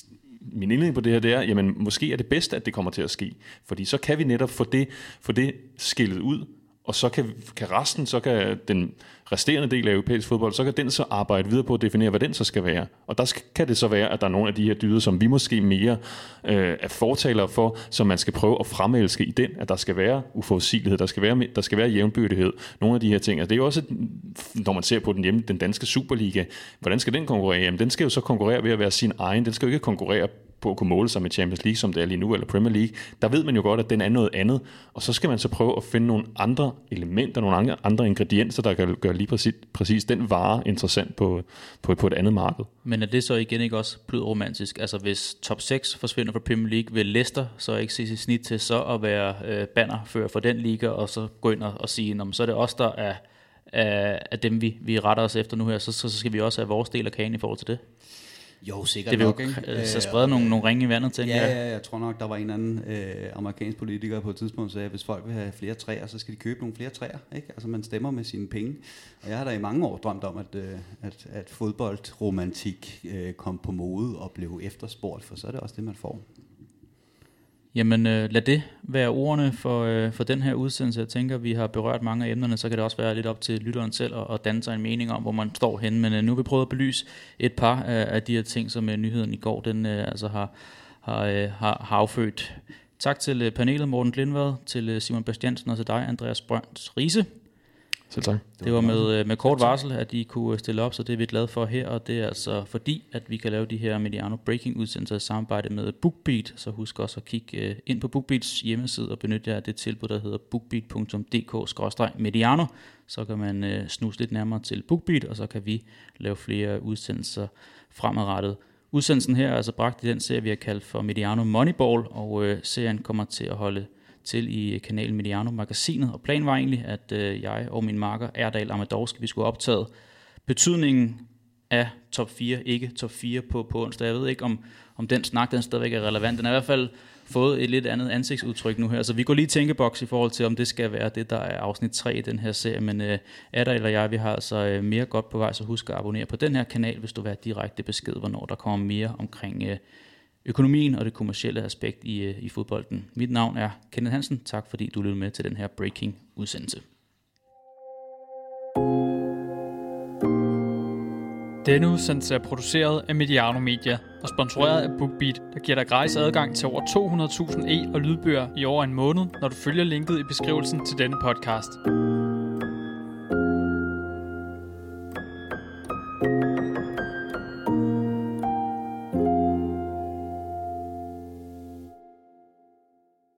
min indledning på det her, det er, jamen måske er det bedste, at det kommer til at ske. Fordi så kan vi netop få det, få det skillet ud, og så kan, kan resten, så kan den resterende del af europæisk fodbold, så kan den så arbejde videre på at definere, hvad den så skal være. Og der skal, kan det så være, at der er nogle af de her dyder, som vi måske mere øh, er fortalere for, som man skal prøve at fremelske i den, at der skal være uforudsigelighed, der skal være, der skal være jævnbyrdighed, nogle af de her ting. Altså, det er jo også, når man ser på den hjemme, den danske Superliga, hvordan skal den konkurrere? Jamen, den skal jo så konkurrere ved at være sin egen, den skal jo ikke konkurrere på at kunne måle sig med Champions League, som det er lige nu, eller Premier League. Der ved man jo godt, at den er noget andet, og så skal man så prøve at finde nogle andre elementer, nogle andre, andre ingredienser, der kan gøre lige præcis, præcis den vare interessant på, på, på et andet marked. Men er det så igen ikke også blevet romantisk? Altså hvis top seks forsvinder fra Premier League, vil Leicester så ikke se sit snit til så at være øh, bannerfører for den liga, og så gå ind og, og sige, nå, så er det os, der er, er, er dem, vi, vi retter os efter nu her, så, så skal vi også have vores del af kagen i forhold til det. Jo, sikkert det vil nok, jo ikke? Så sprede øh, nogle, nogle ringe i vandet, tænker ja, jeg. Ja, jeg tror nok, der var en anden øh, amerikansk politiker på et tidspunkt, der sagde, at hvis folk vil have flere træer, så skal de købe nogle flere træer, ikke? Altså man stemmer med sine penge. Og jeg har da i mange år drømt om, at, øh, at, at fodboldromantik øh, kom på mode og blev efterspurgt, for så er det også det, man får. Jamen øh, lad det være ordene for, øh, for den her udsendelse. Jeg tænker, vi har berørt mange af emnerne, så kan det også være lidt op til lytteren selv at, at danne sig en mening om, hvor man står henne. Men øh, nu har vi prøvet at belyse et par af, af de her ting, som øh, nyheden i går den, øh, altså har, har, øh, har, har affødt. Tak til øh, panelet, Morten Glindvad, til øh, Simon Bastiansen og til dig, Andreas Brøns Riise. Selv tak. Det var med, med kort varsel, at I kunne stille op, så det er vi glade for her, og det er altså fordi, at vi kan lave de her Mediano Breaking udsendelser i samarbejde med BookBeat, så husk også at kigge ind på BookBeats hjemmeside og benytte jer af det tilbud, der hedder bookbeat punktum d k skråstreg mediano, så kan man uh, snuse lidt nærmere til BookBeat, og så kan vi lave flere udsendelser fremadrettet. Udsendelsen her er altså bragt i den serie, vi har kaldt for Mediano Moneyball, og uh, serien kommer til at holde til i kanalen Mediano Magasinet, og planen var egentlig, at øh, jeg og min makker Erdal Amadorski, vi skulle optage betydningen af top fire, ikke top fire på, på onsdag. Jeg ved ikke, om, om den snak, den stadigvæk er relevant. Den har i hvert fald fået et lidt andet ansigtsudtryk nu her, så vi går lige i tænkeboks i forhold til, om det skal være det, der er afsnit tre i den her serie, men øh, Erdal og jeg, vi har altså øh, mere godt på vej, så husk at abonnere på den her kanal, hvis du vil have direkte besked, hvornår der kommer mere omkring øh, økonomien og det kommercielle aspekt i, i fodbolden. Mit navn er Kenneth Hansen. Tak fordi du lyttede med til den her breaking udsendelse. Denne udsendelse er produceret af Mediano Media og sponsoreret af BookBeat, der giver dig gratis adgang til over to hundrede tusind e- og lydbøger i over en måned, når du følger linket i beskrivelsen til denne podcast.